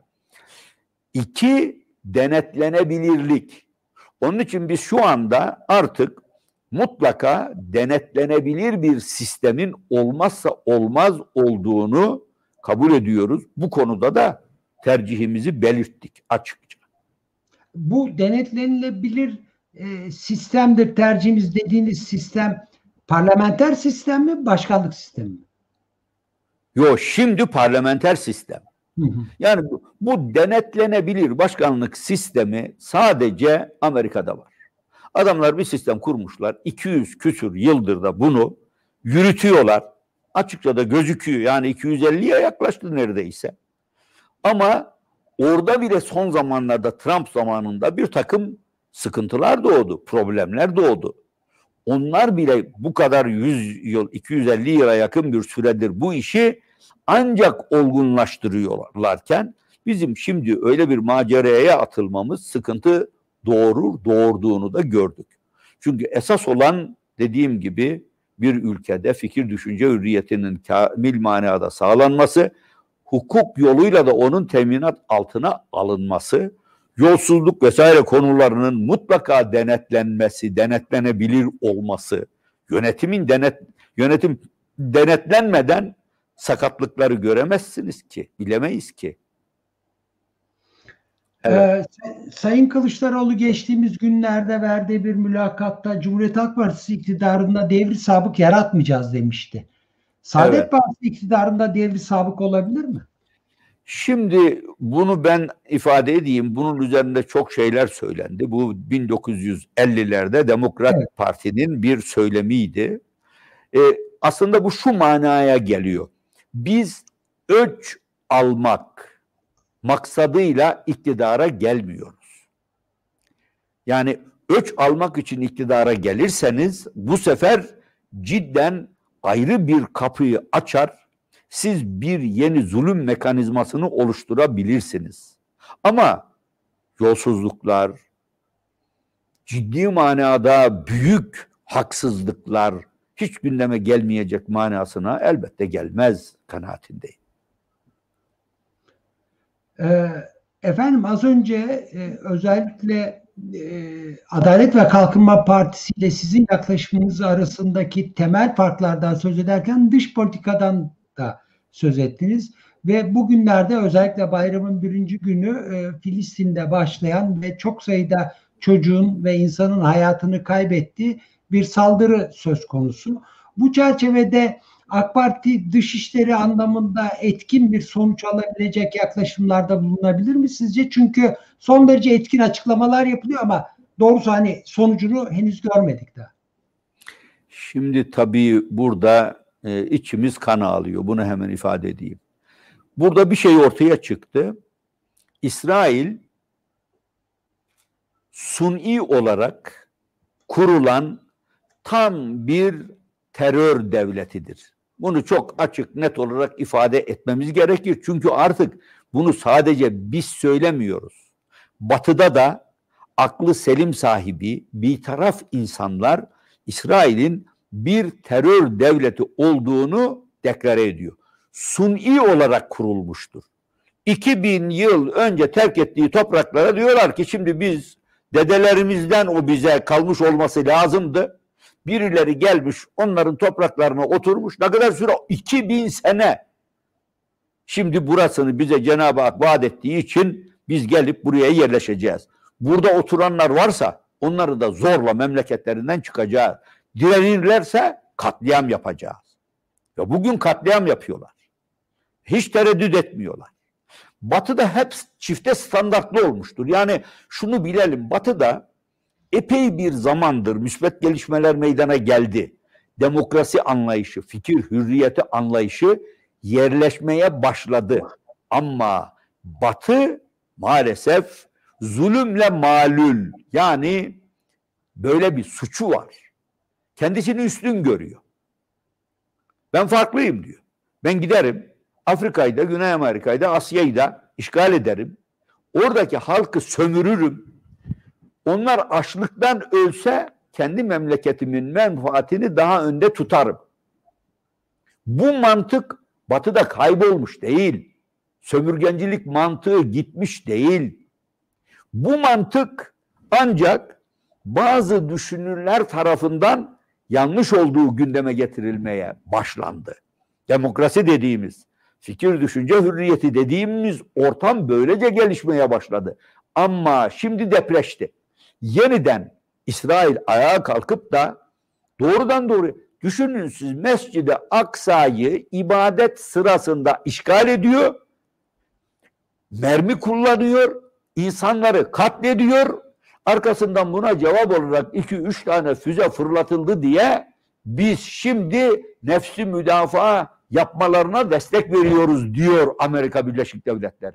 İki, denetlenebilirlik. Onun için biz şu anda artık mutlaka denetlenebilir bir sistemin olmazsa olmaz olduğunu kabul ediyoruz. Bu konuda da tercihimizi belirttik açıkça. Bu denetlenilebilir e, sistemdir tercihimiz dediğiniz sistem parlamenter sistem mi, başkanlık sistemi mi? Yok, şimdi parlamenter sistem. Hı hı. Yani bu, bu denetlenebilir başkanlık sistemi sadece Amerika'da var. Adamlar bir sistem kurmuşlar. iki yüz küsur yıldır da bunu yürütüyorlar. Açıkça da gözüküyor. Yani iki yüz elliye yaklaştı neredeyse. Ama orada bile son zamanlarda Trump zamanında bir takım sıkıntılar doğdu, problemler doğdu. Onlar bile bu kadar yüz yıl, iki yüz elli yıla yakın bir süredir bu işi ancak olgunlaştırıyorlarken bizim şimdi öyle bir maceraya atılmamız sıkıntı doğurur, doğurduğunu da gördük. Çünkü esas olan dediğim gibi bir ülkede fikir düşünce hürriyetinin kamil manada sağlanması, hukuk yoluyla da onun teminat altına alınması, yolsuzluk vesaire konularının mutlaka denetlenmesi, denetlenebilir olması, yönetimin denet yönetim denetlenmeden sakatlıkları göremezsiniz ki, bilemeyiz ki. Evet. Ee, Sayın Kılıçdaroğlu geçtiğimiz günlerde verdiği bir mülakatta Cumhuriyet Halk Partisi iktidarında devri sabık yaratmayacağız demişti. Saadet evet. Partisi iktidarında devri sabık olabilir mi? Şimdi bunu ben ifade edeyim. Bunun üzerinde çok şeyler söylendi. Bu bin dokuz yüz ellilerde Demokrat evet. Parti'nin bir söylemiydi. Ee, aslında bu şu manaya geliyor. Biz öç almak maksadıyla iktidara gelmiyoruz. Yani öç almak için iktidara gelirseniz bu sefer cidden ayrı bir kapıyı açar, siz bir yeni zulüm mekanizmasını oluşturabilirsiniz. Ama yolsuzluklar, ciddi manada büyük haksızlıklar hiç gündeme gelmeyecek manasına elbette gelmez kanaatindeyim. Ee, efendim az önce e, özellikle e, Adalet ve Kalkınma Partisi ile sizin yaklaşımınız arasındaki temel farklardan söz ederken dış politikadan da söz ettiniz. Ve bugünlerde özellikle bayramın birinci günü e, Filistin'de başlayan ve çok sayıda çocuğun ve insanın hayatını kaybettiği bir saldırı söz konusu. Bu çerçevede AK Parti dışişleri anlamında etkin bir sonuç alabilecek yaklaşımlarda bulunabilir mi sizce? Çünkü son derece etkin açıklamalar yapılıyor ama doğrusu hani sonucunu henüz görmedik daha. Şimdi tabii burada e, içimiz kan ağlıyor. Bunu hemen ifade edeyim. Burada bir şey ortaya çıktı. İsrail suni olarak kurulan tam bir terör devletidir. Bunu çok açık, net olarak ifade etmemiz gerekir. Çünkü artık bunu sadece biz söylemiyoruz. Batı'da da aklı selim sahibi bir taraf insanlar İsrail'in bir terör devleti olduğunu deklare ediyor. Suni olarak kurulmuştur. iki bin yıl önce terk ettiği topraklara diyorlar ki şimdi biz dedelerimizden o bize kalmış olması lazımdı. Birileri gelmiş onların topraklarına oturmuş. Ne kadar süre? iki bin sene. Şimdi burasını bize Cenab-ı Hak vaat ettiği için biz gelip buraya yerleşeceğiz. Burada oturanlar varsa onları da zorla memleketlerinden çıkacağız. Direnirlerse katliam yapacağız. Ya bugün katliam yapıyorlar. Hiç tereddüt etmiyorlar. Batı'da hep çifte standartlı olmuştur. Yani şunu bilelim, Batı'da epey bir zamandır müsbet gelişmeler meydana geldi. Demokrasi anlayışı, fikir hürriyeti anlayışı yerleşmeye başladı. Ama Batı maalesef zulümle malul, yani böyle bir suçu var. Kendisini üstün görüyor. Ben farklıyım diyor. Ben giderim Afrika'yı da, Güney Amerika'yı da, Asya'yı da işgal ederim. Oradaki halkı sömürürüm. Onlar açlıktan ölse kendi memleketimin menfaatini daha önde tutarım. Bu mantık Batı'da kaybolmuş değil. Sömürgencilik mantığı gitmiş değil. Bu mantık ancak bazı düşünürler tarafından yanlış olduğu gündeme getirilmeye başlandı. Demokrasi dediğimiz, fikir düşünce hürriyeti dediğimiz ortam böylece gelişmeye başladı. Ama şimdi depreşti. Yeniden İsrail ayağa kalkıp da doğrudan doğru, düşünün siz, Mescid-i Aksa'yı ibadet sırasında işgal ediyor, mermi kullanıyor, insanları katlediyor, arkasından buna cevap olarak iki üç tane füze fırlatıldı diye biz şimdi nefsi müdafaa yapmalarına destek veriyoruz diyor Amerika Birleşik Devletleri.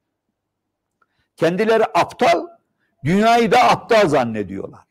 Kendileri aptal, dünyayı da aptal zannediyorlar.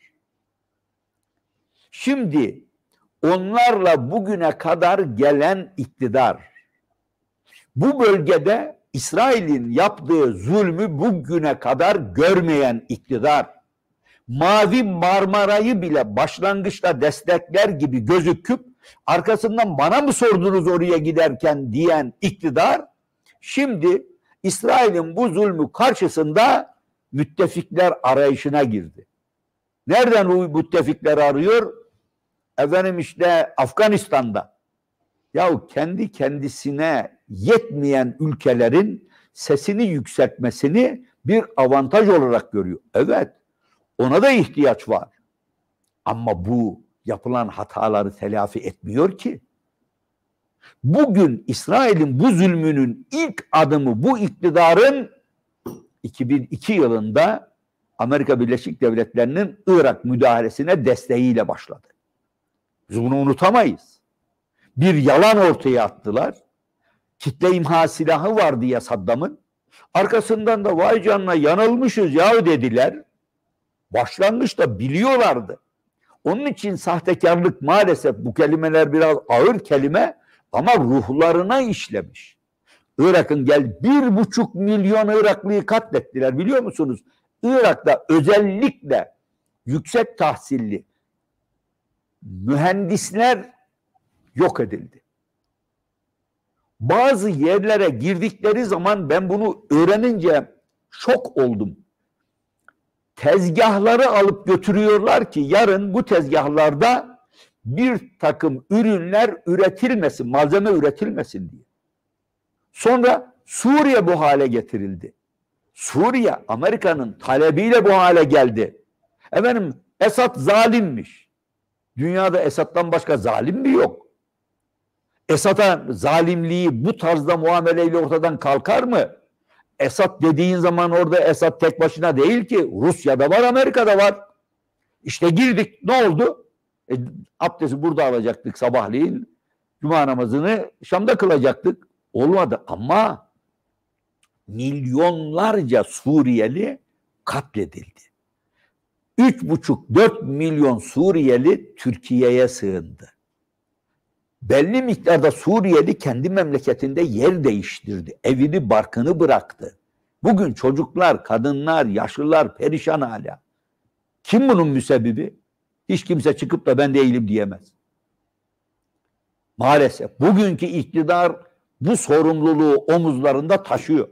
Şimdi onlarla bugüne kadar gelen iktidar, bu bölgede İsrail'in yaptığı zulmü bugüne kadar görmeyen iktidar, Mavi Marmara'yı bile başlangıçta destekler gibi gözüküp arkasından bana mı sordunuz oraya giderken diyen iktidar, şimdi İsrail'in bu zulmü karşısında müttefikler arayışına girdi. Nereden o müttefikler arıyor? Efendim işte Afganistan'da. Yahu kendi kendisine yetmeyen ülkelerin sesini yükseltmesini bir avantaj olarak görüyor. Evet, ona da ihtiyaç var. Ama bu yapılan hataları telafi etmiyor ki. Bugün İsrail'in bu zulmünün ilk adımı bu iktidarın iki bin iki yılında Amerika Birleşik Devletleri'nin Irak müdahalesine desteğiyle başladı. Biz bunu unutamayız. Bir yalan ortaya attılar. Kitle imha silahı var diye Saddam'ın. Arkasından da vay canına yanılmışız yahu dediler. Başlangıçta biliyorlardı. Onun için sahtekarlık, maalesef bu kelimeler biraz ağır kelime ama ruhlarına işlemiş. Irak'ın gel bir buçuk milyon Iraklıyı katlettiler biliyor musunuz? Irak'ta özellikle yüksek tahsilli mühendisler yok edildi. Bazı yerlere girdikleri zaman ben bunu öğrenince şok oldum. Tezgahları alıp götürüyorlar ki yarın bu tezgahlarda bir takım ürünler üretilmesin, malzeme üretilmesin diye. Sonra Suriye bu hale getirildi. Suriye Amerika'nın talebiyle bu hale geldi. Efendim Esad zalimmiş. Dünyada Esad'dan başka zalim mi yok? Esad'a zalimliği bu tarzda muameleyle ortadan kalkar mı? Esad dediğin zaman orada Esad tek başına değil ki. Rusya'da var, Amerika'da var. İşte girdik. Ne oldu? E, abdesti burada alacaktık sabahleyin. Cuma namazını Şam'da kılacaktık. Olmadı ama milyonlarca Suriyeli katledildi. Üç buçuk dört milyon Suriyeli Türkiye'ye sığındı. Belli miktarda Suriyeli kendi memleketinde yer değiştirdi. Evini barkını bıraktı. Bugün çocuklar, kadınlar, yaşlılar perişan hala. Kim bunun müsebbibi? Hiç kimse çıkıp da ben değilim diyemez. Maalesef bugünkü iktidar bu sorumluluğu omuzlarında taşıyor.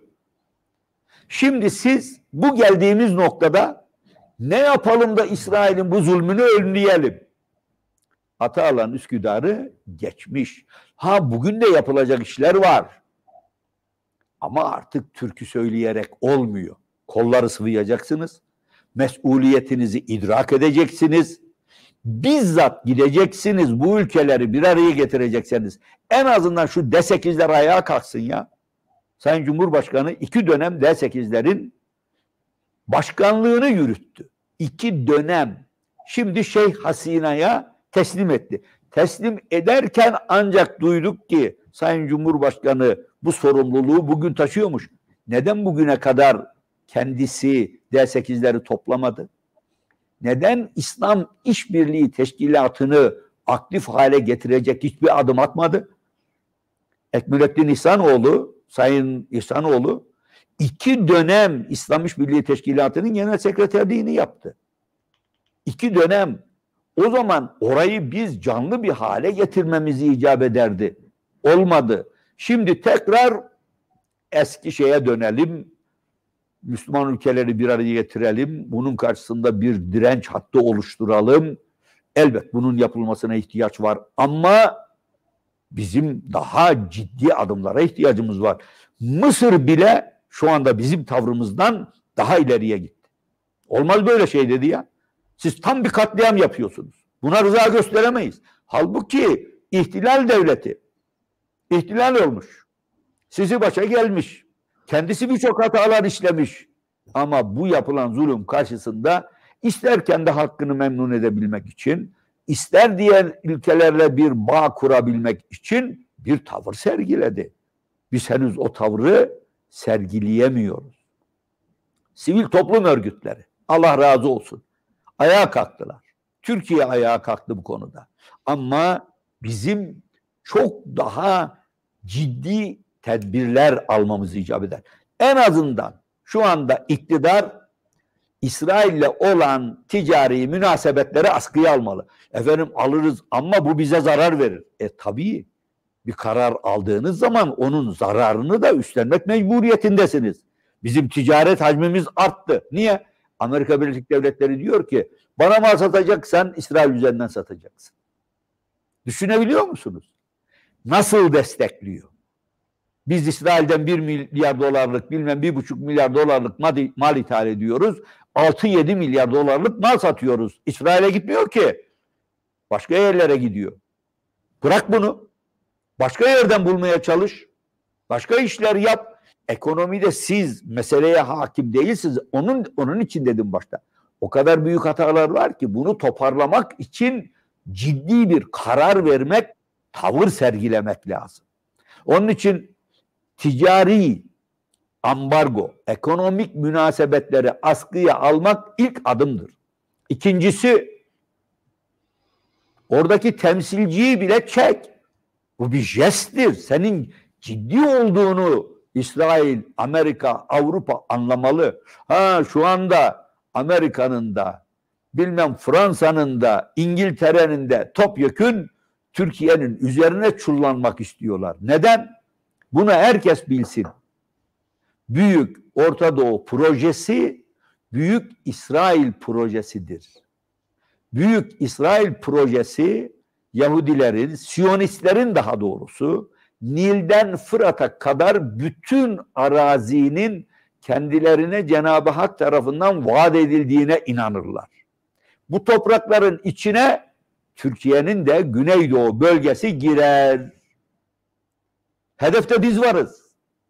Şimdi siz bu geldiğimiz noktada ne yapalım da İsrail'in bu zulmünü önleyelim? Atalan Üsküdar'ı geçmiş. Ha bugün de yapılacak işler var. Ama artık türkü söyleyerek olmuyor. Kolları sıvayacaksınız. Mesuliyetinizi idrak edeceksiniz. Bizzat gideceksiniz, bu ülkeleri bir araya getireceksiniz. En azından şu D sekizler ayağa kalksın ya. Sayın Cumhurbaşkanı iki dönem D sekizlerin başkanlığını yürüttü. İki dönem. Şimdi Şeyh Hasina'ya teslim etti. Teslim ederken ancak duyduk ki Sayın Cumhurbaşkanı bu sorumluluğu bugün taşıyormuş. Neden bugüne kadar kendisi D sekizleri toplamadı? Neden İslam İşbirliği Teşkilatı'nı aktif hale getirecek hiçbir adım atmadı? Ekmülettin İhsanoğlu, Sayın İhsanoğlu iki dönem İslam İşbirliği Teşkilatı'nın genel sekreterliğini yaptı. İki dönem. O zaman orayı biz canlı bir hale getirmemizi icap ederdi. Olmadı. Şimdi tekrar eski şeye dönelim. Müslüman ülkeleri bir araya getirelim. Bunun karşısında bir direnç hattı oluşturalım. Elbet bunun yapılmasına ihtiyaç var. Ama bizim daha ciddi adımlara ihtiyacımız var. Mısır bile şu anda bizim tavrımızdan daha ileriye gitti. Olmaz böyle şey dedi ya. Siz tam bir katliam yapıyorsunuz. Buna rıza gösteremeyiz. Halbuki ihtilal devleti. İhtilal olmuş. Sizi başa gelmiş. Kendisi birçok hatalar işlemiş. Ama bu yapılan zulüm karşısında ister kendi hakkını memnun edebilmek için, ister diğer ülkelerle bir bağ kurabilmek için bir tavır sergiledi. Biz henüz o tavrı sergileyemiyoruz. Sivil toplum örgütleri, Allah razı olsun, ayağa kalktılar. Türkiye ayağa kalktı bu konuda. Ama bizim çok daha ciddi tedbirler almamız icap eder. En azından şu anda iktidar İsrail'le olan ticari münasebetleri askıya almalı. Efendim alırız ama bu bize zarar verir. E tabii bir karar aldığınız zaman onun zararını da üstlenmek mecburiyetindesiniz. Bizim ticaret hacmimiz arttı. Niye? Amerika Birleşik Devletleri diyor ki bana mal satacaksan İsrail üzerinden satacaksın. Düşünebiliyor musunuz? Nasıl destekliyor? Biz İsrail'den bir milyar dolarlık bilmem bir buçuk milyar dolarlık mal, mal ithal ediyoruz. altı yedi milyar dolarlık mal satıyoruz. İsrail'e gitmiyor ki. Başka yerlere gidiyor. Bırak bunu. Başka yerden bulmaya çalış. Başka işler yap. Ekonomide siz meseleye hakim değilsiniz. Onun, onun için dedim başta. O kadar büyük hatalar var ki bunu toparlamak için ciddi bir karar vermek, tavır sergilemek lazım. Onun için ticari ambargo, ekonomik münasebetleri askıya almak ilk adımdır. İkincisi, oradaki temsilciyi bile çek. Bu bir jesttir. Senin ciddi olduğunu İsrail, Amerika, Avrupa anlamalı. Ha şu anda Amerika'nın da, bilmem Fransa'nın da, İngiltere'nin de topyekün Türkiye'nin üzerine çullanmak istiyorlar. Neden? Bunu herkes bilsin. Büyük Orta Doğu projesi Büyük İsrail projesidir. Büyük İsrail projesi Yahudilerin, Siyonistlerin daha doğrusu Nil'den Fırat'a kadar bütün arazinin kendilerine Cenab-ı Hak tarafından vaat edildiğine inanırlar. Bu toprakların içine Türkiye'nin de Güneydoğu bölgesi girer. Hedefte biz varız.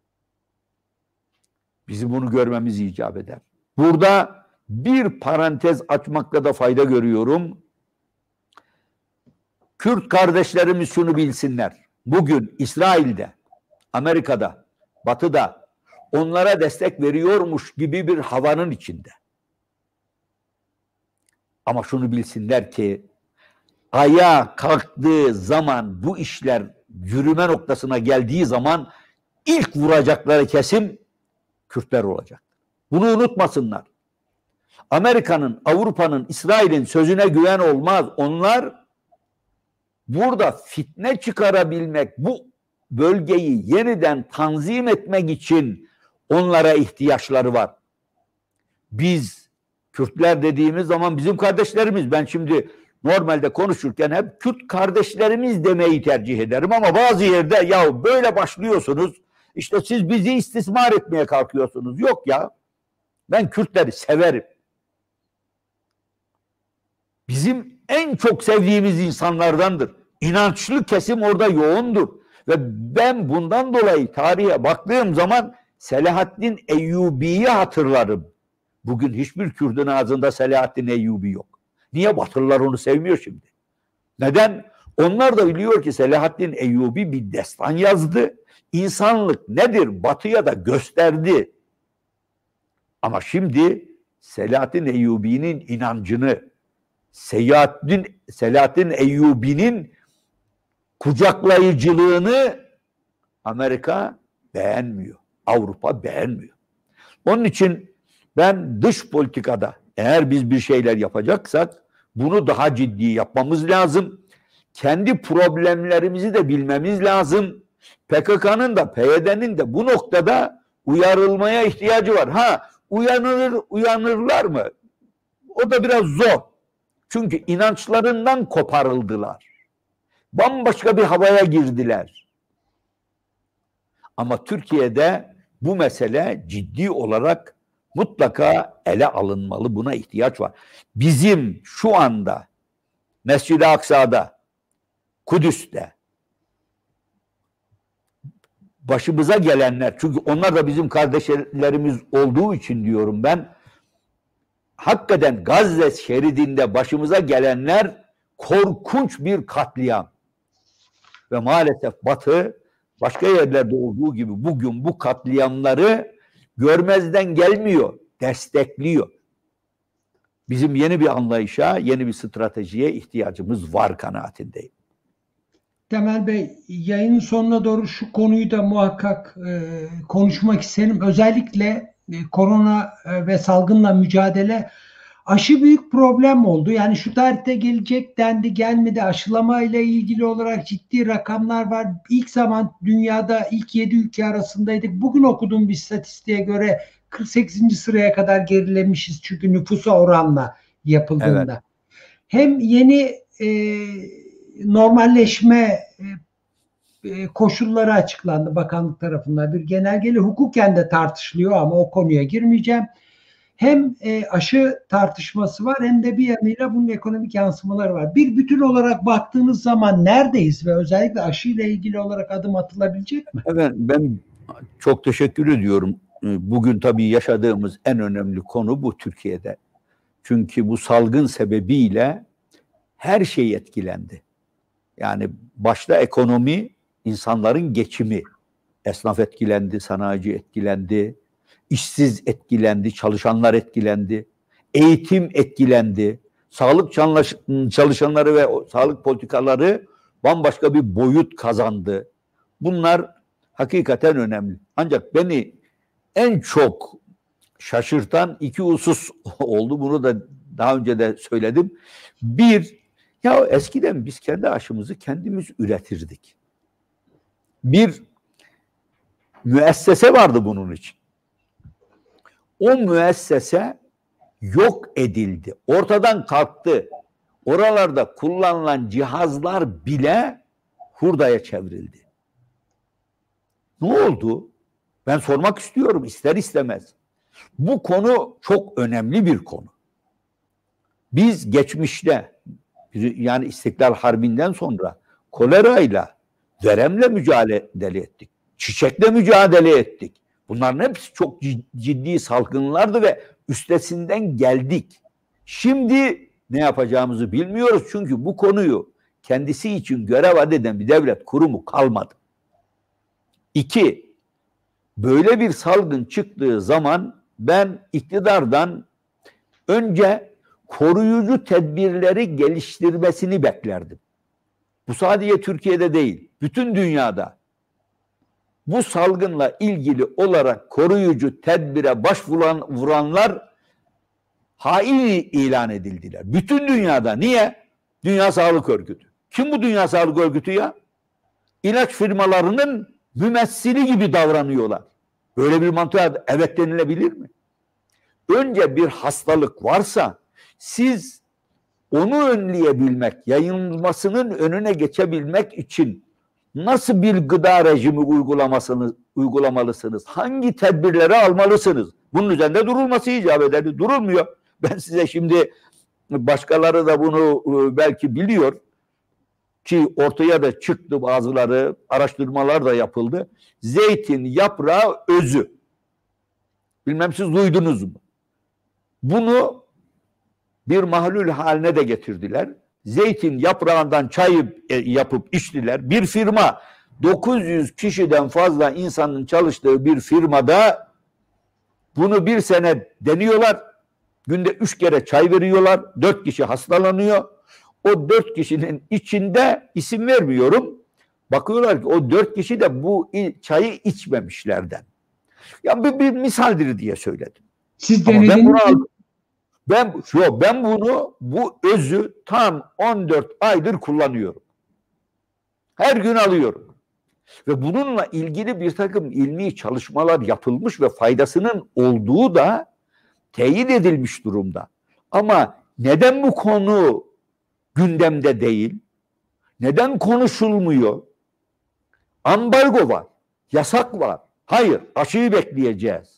Bizim bunu görmemiz icap eder. Burada bir parantez açmakta da fayda görüyorum. Kürt kardeşlerimiz şunu bilsinler. Bugün İsrail'de, Amerika'da, Batı'da onlara destek veriyormuş gibi bir havanın içinde. Ama şunu bilsinler ki ayağa kalktığı zaman, bu işler yürüme noktasına geldiği zaman ilk vuracakları kesim Kürtler olacak. Bunu unutmasınlar. Amerika'nın, Avrupa'nın, İsrail'in sözüne güven olmaz. Onlar burada fitne çıkarabilmek, bu bölgeyi yeniden tanzim etmek için onlara ihtiyaçları var. Biz Kürtler dediğimiz zaman bizim kardeşlerimiz, ben şimdi normalde konuşurken hep Kürt kardeşlerimiz demeyi tercih ederim ama bazı yerde ya böyle başlıyorsunuz, işte siz bizi istismar etmeye kalkıyorsunuz. Yok ya, ben Kürtleri severim. Bizim en çok sevdiğimiz insanlardandır. İnançlı kesim orada yoğundur. Ve ben bundan dolayı tarihe baktığım zaman Selahaddin Eyyubi'yi hatırlarım. Bugün hiçbir Kürt'ün ağzında Selahaddin Eyyubi yok. Niye? Batılılar onu sevmiyor şimdi. Neden? Onlar da biliyor ki Selahaddin Eyyubi bir destan yazdı. İnsanlık nedir? Batı'ya da gösterdi. Ama şimdi Selahaddin Eyyubi'nin inancını, Selahaddin, Selahaddin Eyyubi'nin kucaklayıcılığını Amerika beğenmiyor. Avrupa beğenmiyor. Onun için ben dış politikada eğer biz bir şeyler yapacaksak bunu daha ciddi yapmamız lazım. Kendi problemlerimizi de bilmemiz lazım. P K K'nın da P Y D'nin de bu noktada uyarılmaya ihtiyacı var. Ha, uyanır, uyanırlar mı? O da biraz zor. Çünkü inançlarından koparıldılar. Bambaşka bir havaya girdiler. Ama Türkiye'de bu mesele ciddi olarak mutlaka ele alınmalı. Buna ihtiyaç var. Bizim şu anda Mescid-i Aksa'da, Kudüs'te başımıza gelenler, çünkü onlar da bizim kardeşlerimiz olduğu için diyorum ben, hakikaten Gazze şeridinde başımıza gelenler korkunç bir katliam. Ve maalesef Batı başka yerlerde olduğu gibi bugün bu katliamları görmezden gelmiyor, destekliyor. Bizim yeni bir anlayışa, yeni bir stratejiye ihtiyacımız var kanaatindeyim. Temel Bey, yayının sonuna doğru şu konuyu da muhakkak e, konuşmak isterim. Özellikle e, korona e, ve salgınla mücadele aşı büyük problem oldu. Yani şu tarihte gelecek dendi, gelmedi. Aşılama ile ilgili olarak ciddi rakamlar var. İlk zaman dünyada ilk yedi ülke arasındaydık. Bugün okuduğum bir istatistiğe göre kırk sekizinci sıraya kadar gerilemişiz. Çünkü nüfusa oranla yapıldığında. Evet. Hem yeni e, normalleşme e, koşulları açıklandı bakanlık tarafından. Bir genelgeyle hukuken de tartışılıyor ama o konuya girmeyeceğim. Hem e, aşı tartışması var hem de bir yanıyla bunun ekonomik yansımaları var. Bir bütün olarak baktığınız zaman neredeyiz ve özellikle aşıyla ilgili olarak adım atılabilecek mi? Evet, ben çok teşekkür ediyorum. Bugün tabii yaşadığımız en önemli konu bu Türkiye'de. Çünkü bu salgın sebebiyle her şey etkilendi. Yani başta ekonomi, insanların geçimi, esnaf etkilendi, sanayici etkilendi, işsiz etkilendi, çalışanlar etkilendi, eğitim etkilendi, sağlık çalışanları ve sağlık politikaları bambaşka bir boyut kazandı. Bunlar hakikaten önemli. Ancak beni en çok şaşırtan iki husus oldu. Bunu da daha önce de söyledim. Bir, ya eskiden biz kendi aşımızı kendimiz üretirdik. Bir müessese vardı bunun için. O müessese yok edildi. Ortadan kalktı. Oralarda kullanılan cihazlar bile hurdaya çevrildi. Ne oldu? Ben sormak istiyorum, ister istemez. Bu konu çok önemli bir konu. Biz geçmişte, yani İstiklal Harbi'nden sonra kolerayla, veremle mücadele ettik. Çiçekle mücadele ettik. Bunların hepsi çok ciddi salgınlardı ve üstesinden geldik. Şimdi ne yapacağımızı bilmiyoruz çünkü bu konuyu kendisi için görev adeden bir devlet kurumu kalmadı. İki, böyle bir salgın çıktığı zaman ben iktidardan önce koruyucu tedbirleri geliştirmesini beklerdim. Bu sadece Türkiye'de değil, bütün dünyada. Bu salgınla ilgili olarak koruyucu tedbire başvuranlar hain ilan edildiler. Bütün dünyada. Niye? Dünya Sağlık Örgütü. Kim bu Dünya Sağlık Örgütü ya? İlaç firmalarının mümessili gibi davranıyorlar. Böyle bir mantığa evet denilebilir mi? Önce bir hastalık varsa siz onu önleyebilmek, yayılmasının önüne geçebilmek için nasıl bir gıda rejimi uygulamasını uygulamalısınız? Hangi tedbirleri almalısınız? Bunun üzerinde durulması icap eder. Durulmuyor. Ben size şimdi, başkaları da bunu belki biliyor ki ortaya da çıktı, bazıları araştırmalar da yapıldı. Zeytin yaprağı özü. Bilmem siz duydunuz mu? Bunu bir mahlul haline de getirdiler. Zeytin yaprağından çay yapıp içtiler. Bir firma, dokuz yüz kişiden fazla insanın çalıştığı bir firmada bunu bir sene deniyorlar. Günde üç kere çay veriyorlar. Dört kişi hastalanıyor. O dört kişinin içinde, isim vermiyorum, bakıyorlar ki o dört kişi de bu çayı içmemişlerden. Ya bir, bir misaldir diye söyledim. Siz Ama ben bunu denediniz mi? aldım. Ben, yo, ben bunu, bu özü tam on dört aydır kullanıyorum. Her gün alıyorum. Ve bununla ilgili bir takım ilmi çalışmalar yapılmış ve faydasının olduğu da teyit edilmiş durumda. Ama neden bu konu gündemde değil? Neden konuşulmuyor? Ambargo var, yasak var. Hayır, aşıyı bekleyeceğiz.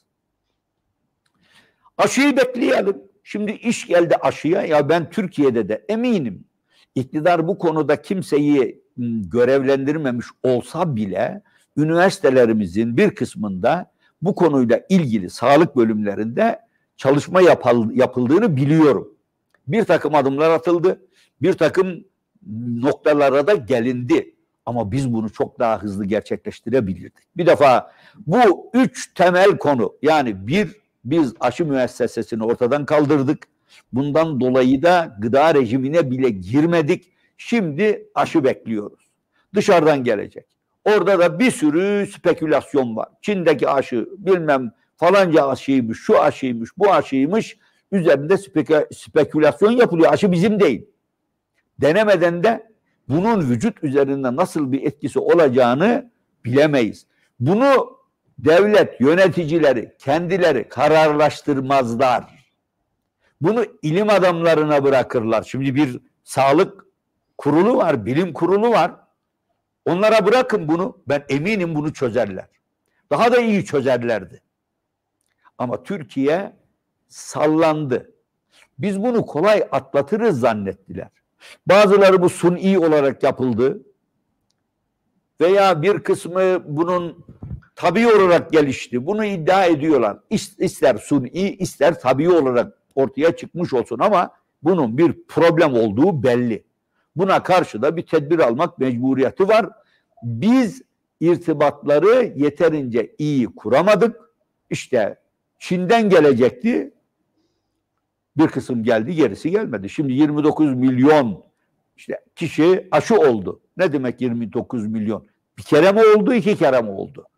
Aşıyı bekleyelim. Şimdi iş geldi aşıya. Ya ben Türkiye'de de eminim iktidar bu konuda kimseyi görevlendirmemiş olsa bile üniversitelerimizin bir kısmında bu konuyla ilgili sağlık bölümlerinde çalışma yapıldığını biliyorum. Bir takım adımlar atıldı. Bir takım noktalara da gelindi. Ama biz bunu çok daha hızlı gerçekleştirebilirdik. Bir defa bu üç temel konu, yani bir, biz aşı müessesesini ortadan kaldırdık. Bundan dolayı da gıda rejimine bile girmedik. Şimdi aşı bekliyoruz. Dışarıdan gelecek. Orada da bir sürü spekülasyon var. Çin'deki aşı bilmem falanca aşıymış, şu aşıymış, bu aşıymış. Üzerinde spek spekülasyon yapılıyor. Aşı bizim değil. Denemeden de bunun vücut üzerinde nasıl bir etkisi olacağını bilemeyiz. Bunu devlet yöneticileri kendileri kararlaştırmazlar. Bunu ilim adamlarına bırakırlar. Şimdi bir sağlık kurulu var, bilim kurulu var. Onlara bırakın bunu. Ben eminim bunu çözerler. Daha da iyi çözerlerdi. Ama Türkiye sallandı. Biz bunu kolay atlatırız zannettiler. Bazıları bu suni olarak yapıldı. Veya bir kısmı bunun tabii olarak gelişti. Bunu iddia ediyorlar. İster suni, ister tabii olarak ortaya çıkmış olsun ama bunun bir problem olduğu belli. Buna karşı da bir tedbir almak mecburiyeti var. Biz irtibatları yeterince iyi kuramadık. İşte Çin'den gelecekti. Bir kısım geldi, gerisi gelmedi. Şimdi yirmi dokuz milyon işte kişi aşı oldu. Ne demek yirmi dokuz milyon? Bir kere mi oldu, iki kere mi oldu?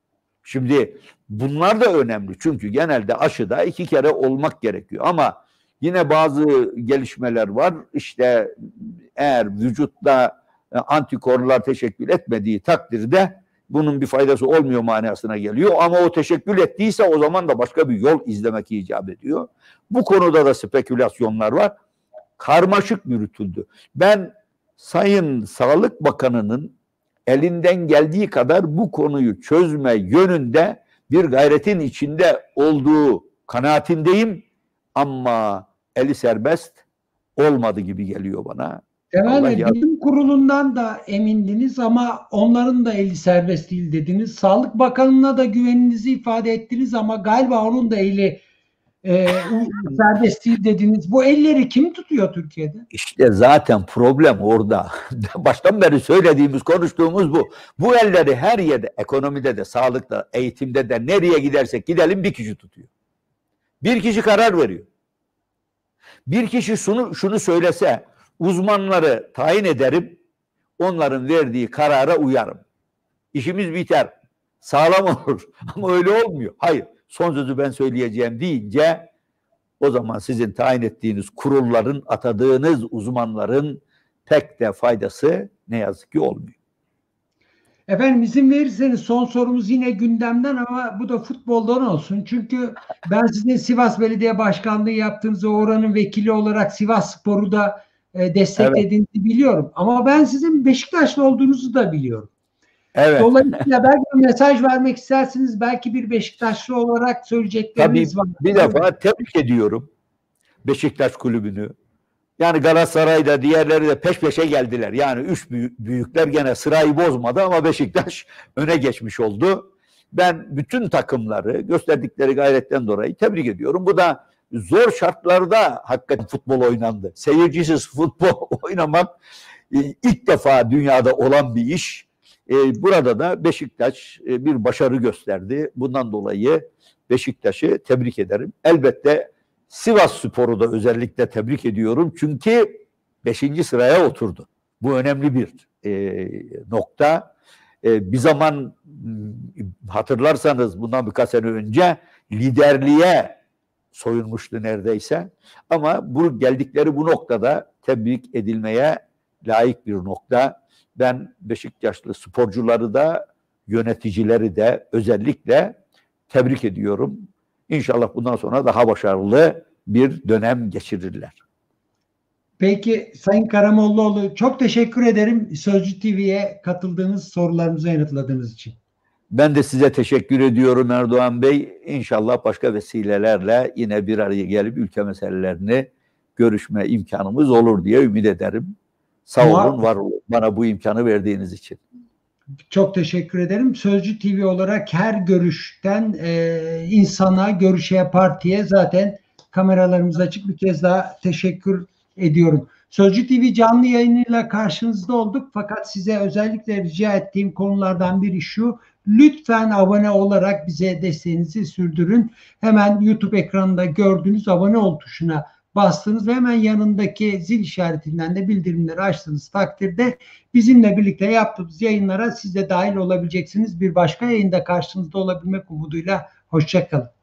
Şimdi bunlar da önemli. Çünkü genelde aşıda iki kere olmak gerekiyor. Ama yine bazı gelişmeler var. İşte eğer vücutta antikorlar teşekkül etmediği takdirde bunun bir faydası olmuyor manasına geliyor. Ama o teşekkül ettiyse o zaman da başka bir yol izlemek icap ediyor. Bu konuda da spekülasyonlar var. Karmaşık yürütüldü. Ben Sayın Sağlık Bakanı'nın elinden geldiği kadar bu konuyu çözme yönünde bir gayretin içinde olduğu kanaatindeyim. Ama eli serbest olmadı gibi geliyor bana. Temel Bilim Kurulu'ndan da emindiniz ama onların da eli serbest değil dediniz. Sağlık Bakanı'na da güveninizi ifade ettiniz ama galiba onun da eli e, serbest değil dediniz. Bu elleri kim tutuyor Türkiye'de? İşte zaten problem orada. Baştan beri söylediğimiz, konuştuğumuz bu. Bu elleri her yerde, ekonomide de, sağlıkta, eğitimde de, nereye gidersek gidelim bir kişi tutuyor. Bir kişi karar veriyor. Bir kişi şunu, şunu söylese, uzmanları tayin ederim, onların verdiği karara uyarım. İşimiz biter, sağlam olur. Ama öyle olmuyor. Hayır, son sözü ben söyleyeceğim deyince o zaman sizin tayin ettiğiniz kurulların, atadığınız uzmanların pek de faydası ne yazık ki olmuyor. Efendim izin verirseniz son sorumuz yine gündemden ama bu da futboldan olsun. Çünkü ben sizin Sivas Belediye Başkanlığı yaptığınız oranın vekili olarak Sivasspor'u da e, desteklediğinizi evet. biliyorum. Ama ben sizin Beşiktaşlı olduğunuzu da biliyorum. Evet. Dolayısıyla belki bir mesaj vermek istersiniz. Belki bir Beşiktaşlı olarak söyleyecekleriniz Tabii, var. Bir defa tebrik ediyorum Beşiktaş kulübünü. Yani Galatasaray'da diğerleri de peş peşe geldiler. Yani üç büyükler gene sırayı bozmadı ama Beşiktaş öne geçmiş oldu. Ben bütün takımları gösterdikleri gayretten dolayı tebrik ediyorum. Bu da zor şartlarda hakikaten futbol oynandı. Seyircisiz futbol oynamak ilk defa dünyada olan bir iş. Burada da Beşiktaş bir başarı gösterdi. Bundan dolayı Beşiktaş'ı tebrik ederim. Elbette Sivasspor'u da özellikle tebrik ediyorum. Çünkü beşinci sıraya oturdu. Bu önemli bir e, nokta. E, bir zaman hatırlarsanız bundan birkaç sene önce liderliğe soyunmuştu neredeyse. Ama bu geldikleri bu noktada tebrik edilmeye layık bir nokta. Ben Beşiktaşlı sporcuları da yöneticileri de özellikle tebrik ediyorum. İnşallah bundan sonra daha başarılı bir dönem geçirirler. Peki Sayın Karamollaoğlu çok teşekkür ederim Sözcü T V'ye katıldığınız, sorularımızı yanıtladığınız için. Ben de size teşekkür ediyorum Erdoğan Bey. İnşallah başka vesilelerle yine bir araya gelip ülke meselelerini görüşme imkanımız olur diye ümit ederim. Sağ olun, var olun bana bu imkanı verdiğiniz için. Çok teşekkür ederim. Sözcü T V olarak her görüşten e, insana, görüşe, partiye zaten kameralarımız açık. Bir kez daha teşekkür ediyorum. Sözcü T V canlı yayınıyla karşınızda olduk. Fakat size özellikle rica ettiğim konulardan biri şu. Lütfen abone olarak bize desteğinizi sürdürün. Hemen YouTube ekranında gördüğünüz abone ol tuşuna bastınız ve hemen yanındaki zil işaretinden de bildirimleri açtığınız takdirde bizimle birlikte yaptığımız yayınlara siz de dahil olabileceksiniz. Bir başka yayında karşınızda olabilmek umuduyla hoşça kalın.